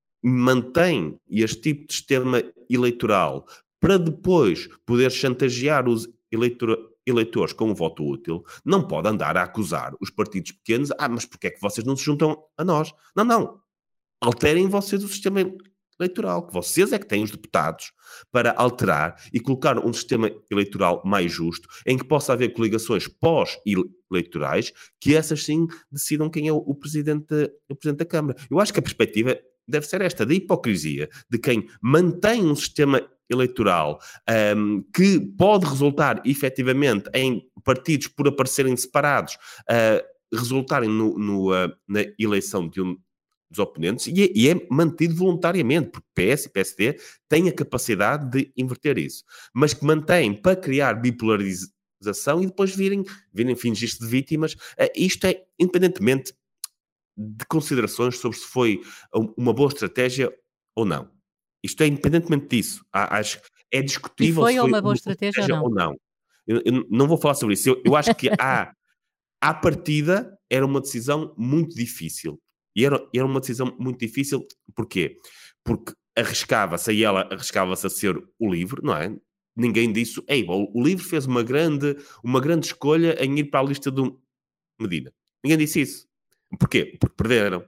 mantém este tipo de sistema eleitoral para depois poder chantagear os eleitores eleitores com um voto útil, não pode andar a acusar os partidos pequenos, ah, mas porquê é que vocês não se juntam a nós? Não, não. Alterem vocês o sistema eleitoral, que vocês é que têm os deputados para alterar e colocar um sistema eleitoral mais justo, em que possa haver coligações pós-eleitorais, que essas sim decidam quem é o, o, presidente, o Presidente da Câmara. Eu acho que a perspectiva deve ser esta, da hipocrisia de quem mantém um sistema eleitoral um, que pode resultar efetivamente em partidos por aparecerem separados, uh, resultarem no, no, uh, na eleição de um dos oponentes, e é, e é mantido voluntariamente, porque P S e P S D têm a capacidade de inverter isso, mas que mantêm para criar bipolarização e depois virem, virem fingir-se de vítimas. Uh, isto é independentemente de considerações sobre se foi uma boa estratégia ou não. Isto é independentemente disso. Acho que é discutível e foi se foi uma boa estratégia, estratégia ou não. Ou não. Eu, eu não vou falar sobre isso. Eu, eu acho que há, à partida era uma decisão muito difícil. E era, era uma decisão muito difícil. Porquê? Porque arriscava-se, e ela arriscava-se a ser o LIVRE, não é? Ninguém disse, ei, bom, o LIVRE fez uma grande, uma grande escolha em ir para a lista do Medina. Ninguém disse isso. Porquê? Porque perderam.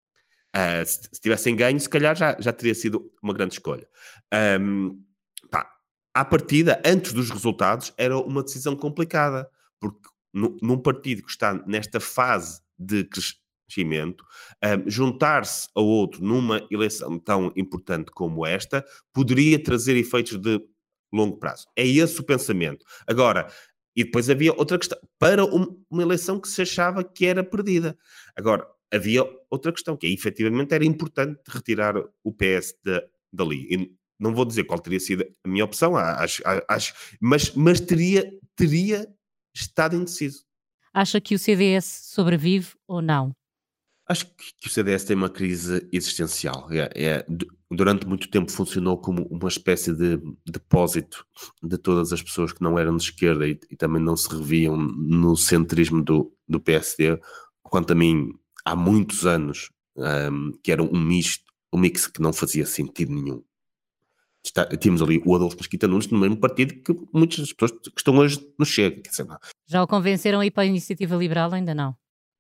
Uh, se, se tivessem ganho, se calhar já, já teria sido uma grande escolha. Um, pá, à partida, antes dos resultados, era uma decisão complicada, porque no, num partido que está nesta fase de crescimento, um, juntar-se a outro numa eleição tão importante como esta, poderia trazer efeitos de longo prazo. É esse o pensamento. Agora, e depois havia outra questão, para um, uma eleição que se achava que era perdida. Agora, havia outra questão, que é, efetivamente era importante retirar o P S da, dali. E não vou dizer qual teria sido a minha opção, acho, acho, mas, mas teria, teria estado indeciso. Acha que o C D S sobrevive ou não? Acho que o C D S tem uma crise existencial. É, é, durante muito tempo funcionou como uma espécie de depósito de todas as pessoas que não eram de esquerda e, e também não se reviam no centrismo do, do P S D. Quanto a mim, há muitos anos, um, que era um misto, um mix que não fazia sentido nenhum. Está, tínhamos ali o Adolfo Mesquita Nunes no mesmo partido que muitas das pessoas que estão hoje no Chega. Quer dizer, não. Já o convenceram a ir para a Iniciativa Liberal? Ainda não.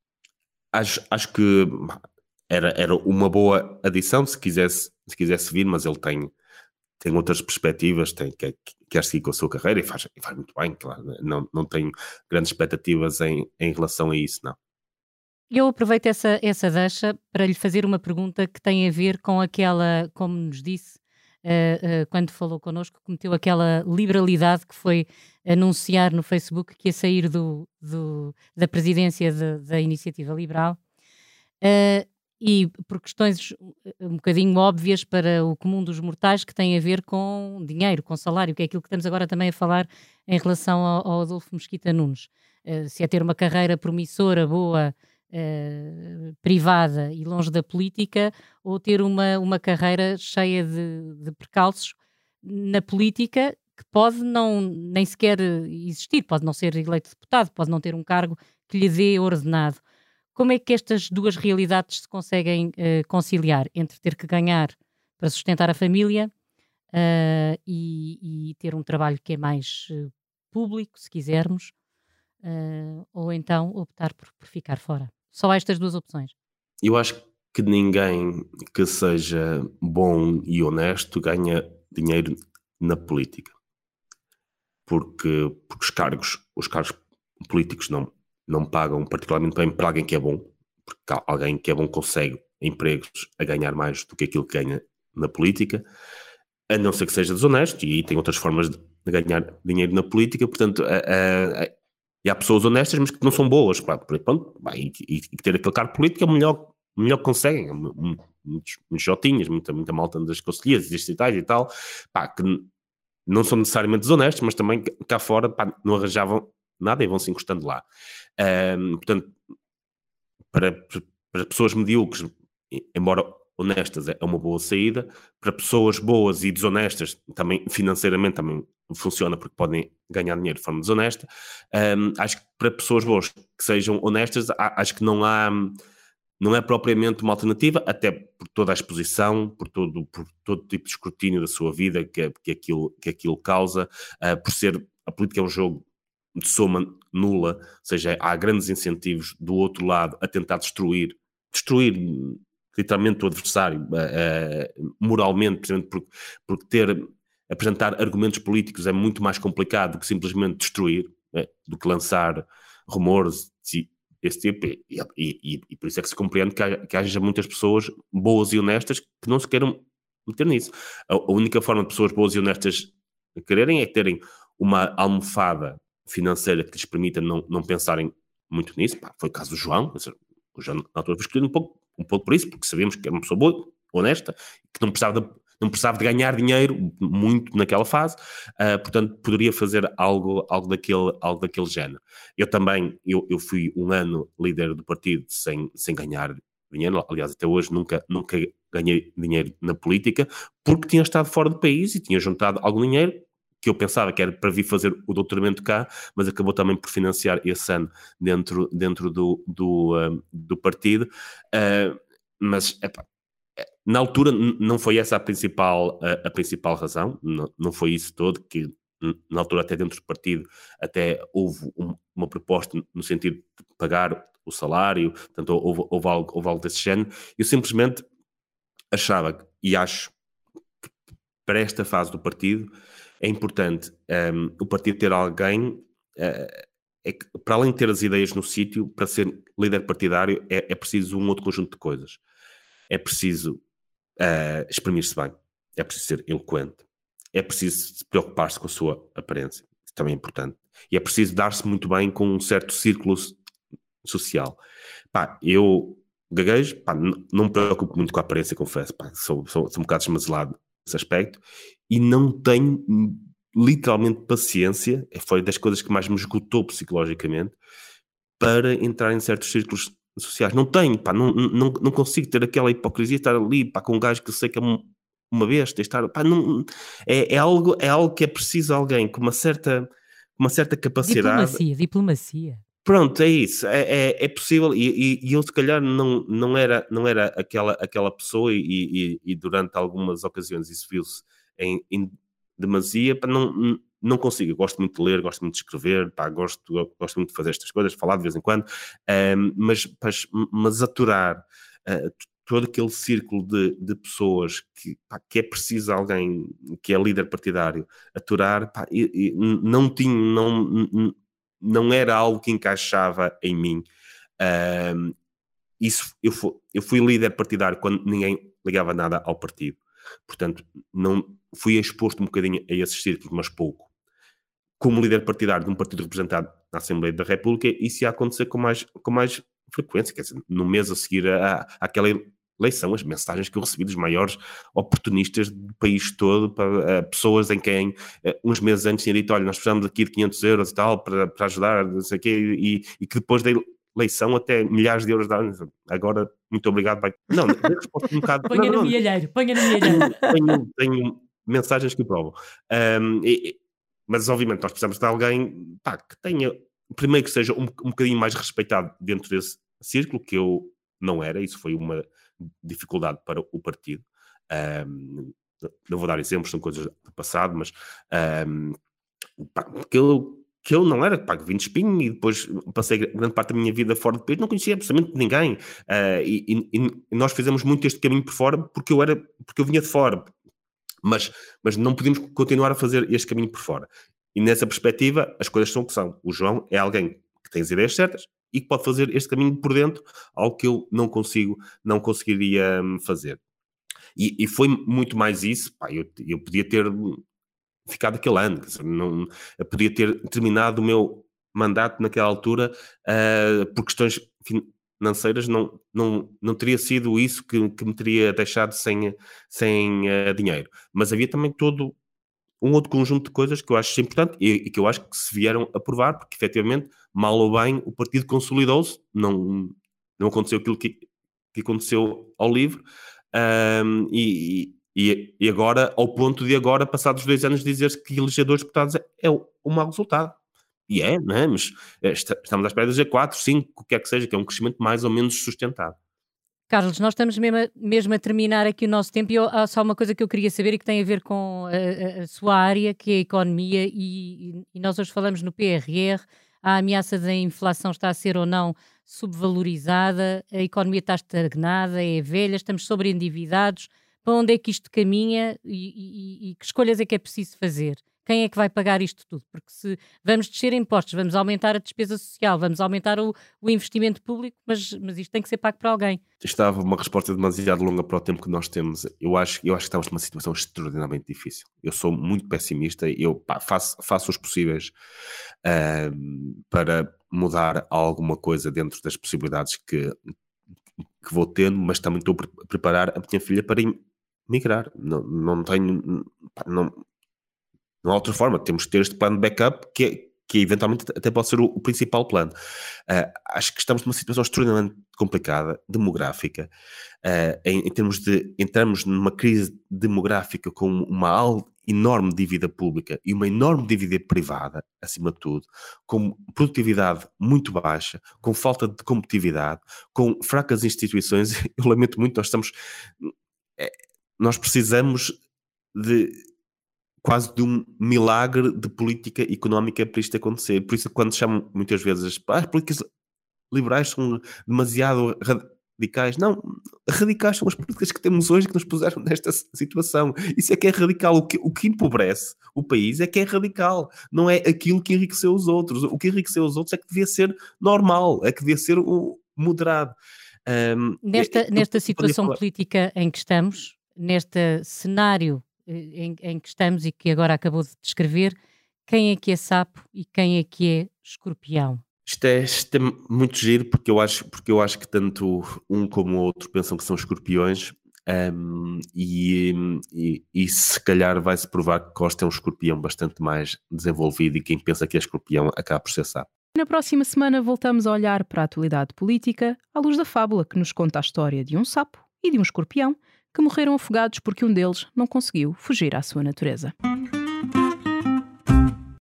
Acho, acho que era, era uma boa adição se quisesse, se quisesse vir, mas ele tem, tem outras perspectivas, tem, quer, quer seguir com a sua carreira e faz, e faz muito bem, claro. Não, não tenho grandes expectativas em, em relação a isso, não. Eu aproveito essa, essa deixa para lhe fazer uma pergunta que tem a ver com aquela, como nos disse, uh, uh, quando falou connosco, cometeu aquela liberalidade que foi anunciar no Facebook que ia sair do, do, da presidência de, da Iniciativa Liberal, uh, e por questões um bocadinho óbvias para o comum dos mortais, que tem a ver com dinheiro, com salário, que é aquilo que estamos agora também a falar em relação ao, ao Adolfo Mesquita Nunes. Uh, se é ter uma carreira promissora, boa, Uh, privada e longe da política, ou ter uma, uma carreira cheia de, de percalços na política, que pode não nem sequer existir, pode não ser eleito deputado, pode não ter um cargo que lhe dê ordenado. Como é que estas duas realidades se conseguem uh, conciliar entre ter que ganhar para sustentar a família uh, e, e ter um trabalho que é mais uh, público, se quisermos, uh, ou então optar por, por ficar fora? Só há estas duas opções. Eu acho que ninguém que seja bom e honesto ganha dinheiro na política. Porque, porque os cargos, os cargos políticos não, não pagam particularmente bem para alguém que é bom. Porque alguém que é bom consegue empregos a ganhar mais do que aquilo que ganha na política, a não ser que seja desonesto, e aí tem outras formas de ganhar dinheiro na política. Portanto, a, a, a e há pessoas honestas, mas que não são boas. Pronto, e, e, e ter aquele cargo político é o melhor, o melhor que conseguem. Muitos, muitos jotinhas, muita, muita malta das conselheiras, distritais e tal, pá, que não são necessariamente desonestos, mas também cá fora, pá, não arranjavam nada e vão se encostando lá. Um, portanto, para, para pessoas medíocres, embora honestas, é uma boa saída. Para pessoas boas e desonestas, também financeiramente também funciona, porque podem ganhar dinheiro de forma desonesta. Um, acho que para pessoas boas que sejam honestas, acho que não há, não é propriamente uma alternativa, até por toda a exposição, por todo, por todo tipo de escrutínio da sua vida que, que, aquilo, que aquilo causa, uh, por ser, a política é um jogo de soma nula, ou seja, há grandes incentivos do outro lado a tentar destruir, destruir literalmente o adversário, uh, moralmente, precisamente porque, porque ter, apresentar argumentos políticos é muito mais complicado do que simplesmente destruir, né, do que lançar rumores e esse tipo, e, e, e, e por isso é que se compreende que haja, que haja muitas pessoas boas e honestas que não se queiram meter nisso. A, a única forma de pessoas boas e honestas quererem é terem uma almofada financeira que lhes permita não, não pensarem muito nisso. Pá, foi o caso do João, o João na altura foi escolhido um pouco um pouco por isso, porque sabíamos que era uma pessoa boa, honesta, que não precisava de, não precisava de ganhar dinheiro muito naquela fase, uh, portanto poderia fazer algo, algo, daquele, algo daquele género. Eu também, eu, eu fui um ano líder do partido sem, sem ganhar dinheiro, aliás até hoje nunca, nunca ganhei dinheiro na política, porque tinha estado fora do país e tinha juntado algum dinheiro que eu pensava que era para vir fazer o doutoramento cá, mas acabou também por financiar esse ano dentro, dentro do, do, uh, do partido. Uh, mas, epá, na altura não foi essa a principal, a, a principal razão, não, não foi isso todo, que na altura até dentro do partido até houve um, uma proposta no sentido de pagar o salário, portanto houve, houve, algo, houve algo desse género. Eu simplesmente achava, e acho que para esta fase do partido é importante um, o partido ter alguém, uh, é que, para além de ter as ideias no sítio, para ser líder partidário é, é preciso um outro conjunto de coisas. É preciso uh, exprimir-se bem, é preciso ser eloquente, é preciso preocupar-se com a sua aparência, isso também é importante, e é preciso dar-se muito bem com um certo círculo social. Pá, eu gaguejo, pá, não, não me preocupo muito com a aparência, confesso, pá, sou, sou, sou um bocado esmazelado nesse aspecto, e não tenho literalmente paciência, foi das coisas que mais me esgotou psicologicamente, para entrar em certos círculos sociais. Não tenho, pá, não, não, não consigo ter aquela hipocrisia, estar ali, pá, com um gajo que eu sei que é um, uma besta, estar, pá, não, é, é, algo, é algo que é preciso alguém com uma certa, uma certa capacidade. Diplomacia, diplomacia. Pronto, é isso, é, é, é possível, e, e, e eu se calhar não, não era, não era aquela, aquela pessoa, e, e, e durante algumas ocasiões isso viu-se em, em demasia, pá, não, não consigo, eu gosto muito de ler, gosto muito de escrever, pá, gosto, gosto muito de fazer estas coisas, falar de vez em quando, um, mas, mas, mas aturar uh, todo aquele círculo de, de pessoas que, pá, que é preciso alguém que é líder partidário, aturar, pá, e, e não tinha, não... não era algo que encaixava em mim. Um, isso, eu, fui, eu fui líder partidário quando ninguém ligava nada ao partido. Portanto, não fui exposto um bocadinho a esses círculos, mas pouco. Como líder partidário de um partido representado na Assembleia da República, isso ia acontecer com mais, com mais frequência. Quer dizer, no mês a seguir à, àquela eleição, as mensagens que eu recebi dos maiores oportunistas do país todo, para uh, pessoas em quem uh, uns meses antes tinha dito, olha, nós precisamos aqui de quinhentos euros e tal, para, para ajudar, não sei o quê, e, e que depois da eleição até milhares de euros davam. Agora, muito obrigado. Vai. Não, nem resposta um bocado... Ponha não, no não, milheiro, ponha no milheiro. Tenho, tenho mensagens que o provam. Um, e, mas, obviamente, nós precisamos de alguém, pá, que tenha, primeiro que seja um, um bocadinho mais respeitado dentro desse círculo, que eu não era, isso foi uma dificuldade para o partido. Um, não vou dar exemplos, são coisas do passado, mas um, pá, que, eu, que eu não era, pá, vim de espinho e depois passei grande parte da minha vida fora do país, não conhecia absolutamente ninguém. Uh, e, e, e nós fizemos muito este caminho por fora porque eu, era, porque eu vinha de fora. Mas, mas não podemos continuar a fazer este caminho por fora. E nessa perspectiva, as coisas são o que são. O João é alguém que tem as ideias certas e que pode fazer este caminho por dentro, algo que eu não consigo, não conseguiria fazer. E, e foi muito mais isso. Pá, eu, eu podia ter ficado aquele ano, quer dizer, não, eu podia ter terminado o meu mandato naquela altura uh, por questões financeiras, não, não, não teria sido isso que, que me teria deixado sem, sem uh, dinheiro. Mas havia também todo um outro conjunto de coisas que eu acho importante e, e que eu acho que se vieram a provar, porque efetivamente, mal ou bem, o partido consolidou-se, não, não aconteceu aquilo que, que aconteceu ao LIVRE, um, e, e, e agora, ao ponto de agora, passados dois anos, dizer-se que eleger dois deputados é, é um mau resultado. E é, não é? Mas estamos à espera de eleger quatro, cinco, o que é que seja, que é um crescimento mais ou menos sustentado. Carlos, nós estamos mesmo a, mesmo a terminar aqui o nosso tempo e eu, há só uma coisa que eu queria saber e que tem a ver com a, a sua área, que é a economia, e, e nós hoje falamos no P R R, a ameaça da inflação está a ser ou não subvalorizada, a economia está estagnada, é velha, estamos sobreendividados, para onde é que isto caminha e, e, e que escolhas é que é preciso fazer? Quem é que vai pagar isto tudo? Porque se vamos descer impostos, vamos aumentar a despesa social, vamos aumentar o, o investimento público, mas, mas isto tem que ser pago por alguém. Estava uma resposta demasiado longa para o tempo que nós temos. Eu acho, eu acho que estamos numa situação extraordinariamente difícil. Eu sou muito pessimista, eu pá, faço, faço os possíveis uh, para mudar alguma coisa dentro das possibilidades que, que vou tendo, mas também estou a preparar a minha filha para migrar. Não, não tenho... Pá, não, não há outra forma, temos que ter este plano de backup que, é, que eventualmente até pode ser o, o principal plano. Uh, acho que estamos numa situação extremamente complicada, demográfica, uh, em, em termos de entramos numa crise demográfica com uma enorme dívida pública e uma enorme dívida privada, acima de tudo, com produtividade muito baixa, com falta de competitividade, com fracas instituições. Eu lamento muito, nós estamos... Nós precisamos de quase de um milagre de política económica para isto acontecer. Por isso, quando chamam muitas vezes ah, as políticas liberais são demasiado radicais. Não, radicais são as políticas que temos hoje que nos puseram nesta situação. Isso é que é radical. O que, o que empobrece o país é que é radical. Não é aquilo que enriqueceu os outros. O que enriqueceu os outros é que devia ser normal, é que devia ser o moderado. Um, nesta eu, nesta eu situação falar... política em que estamos, neste cenário em, em que estamos e que agora acabou de descrever, quem é que é sapo e quem é que é escorpião? Isto é, isto é muito giro, porque eu, acho, porque eu acho que tanto um como o outro pensam que são escorpiões, um, e, e, e se calhar vai-se provar que Costa é um escorpião bastante mais desenvolvido, e quem pensa que é escorpião acaba por ser sapo. Na próxima semana voltamos a olhar para a atualidade política à luz da fábula que nos conta a história de um sapo e de um escorpião que morreram afogados porque um deles não conseguiu fugir à sua natureza.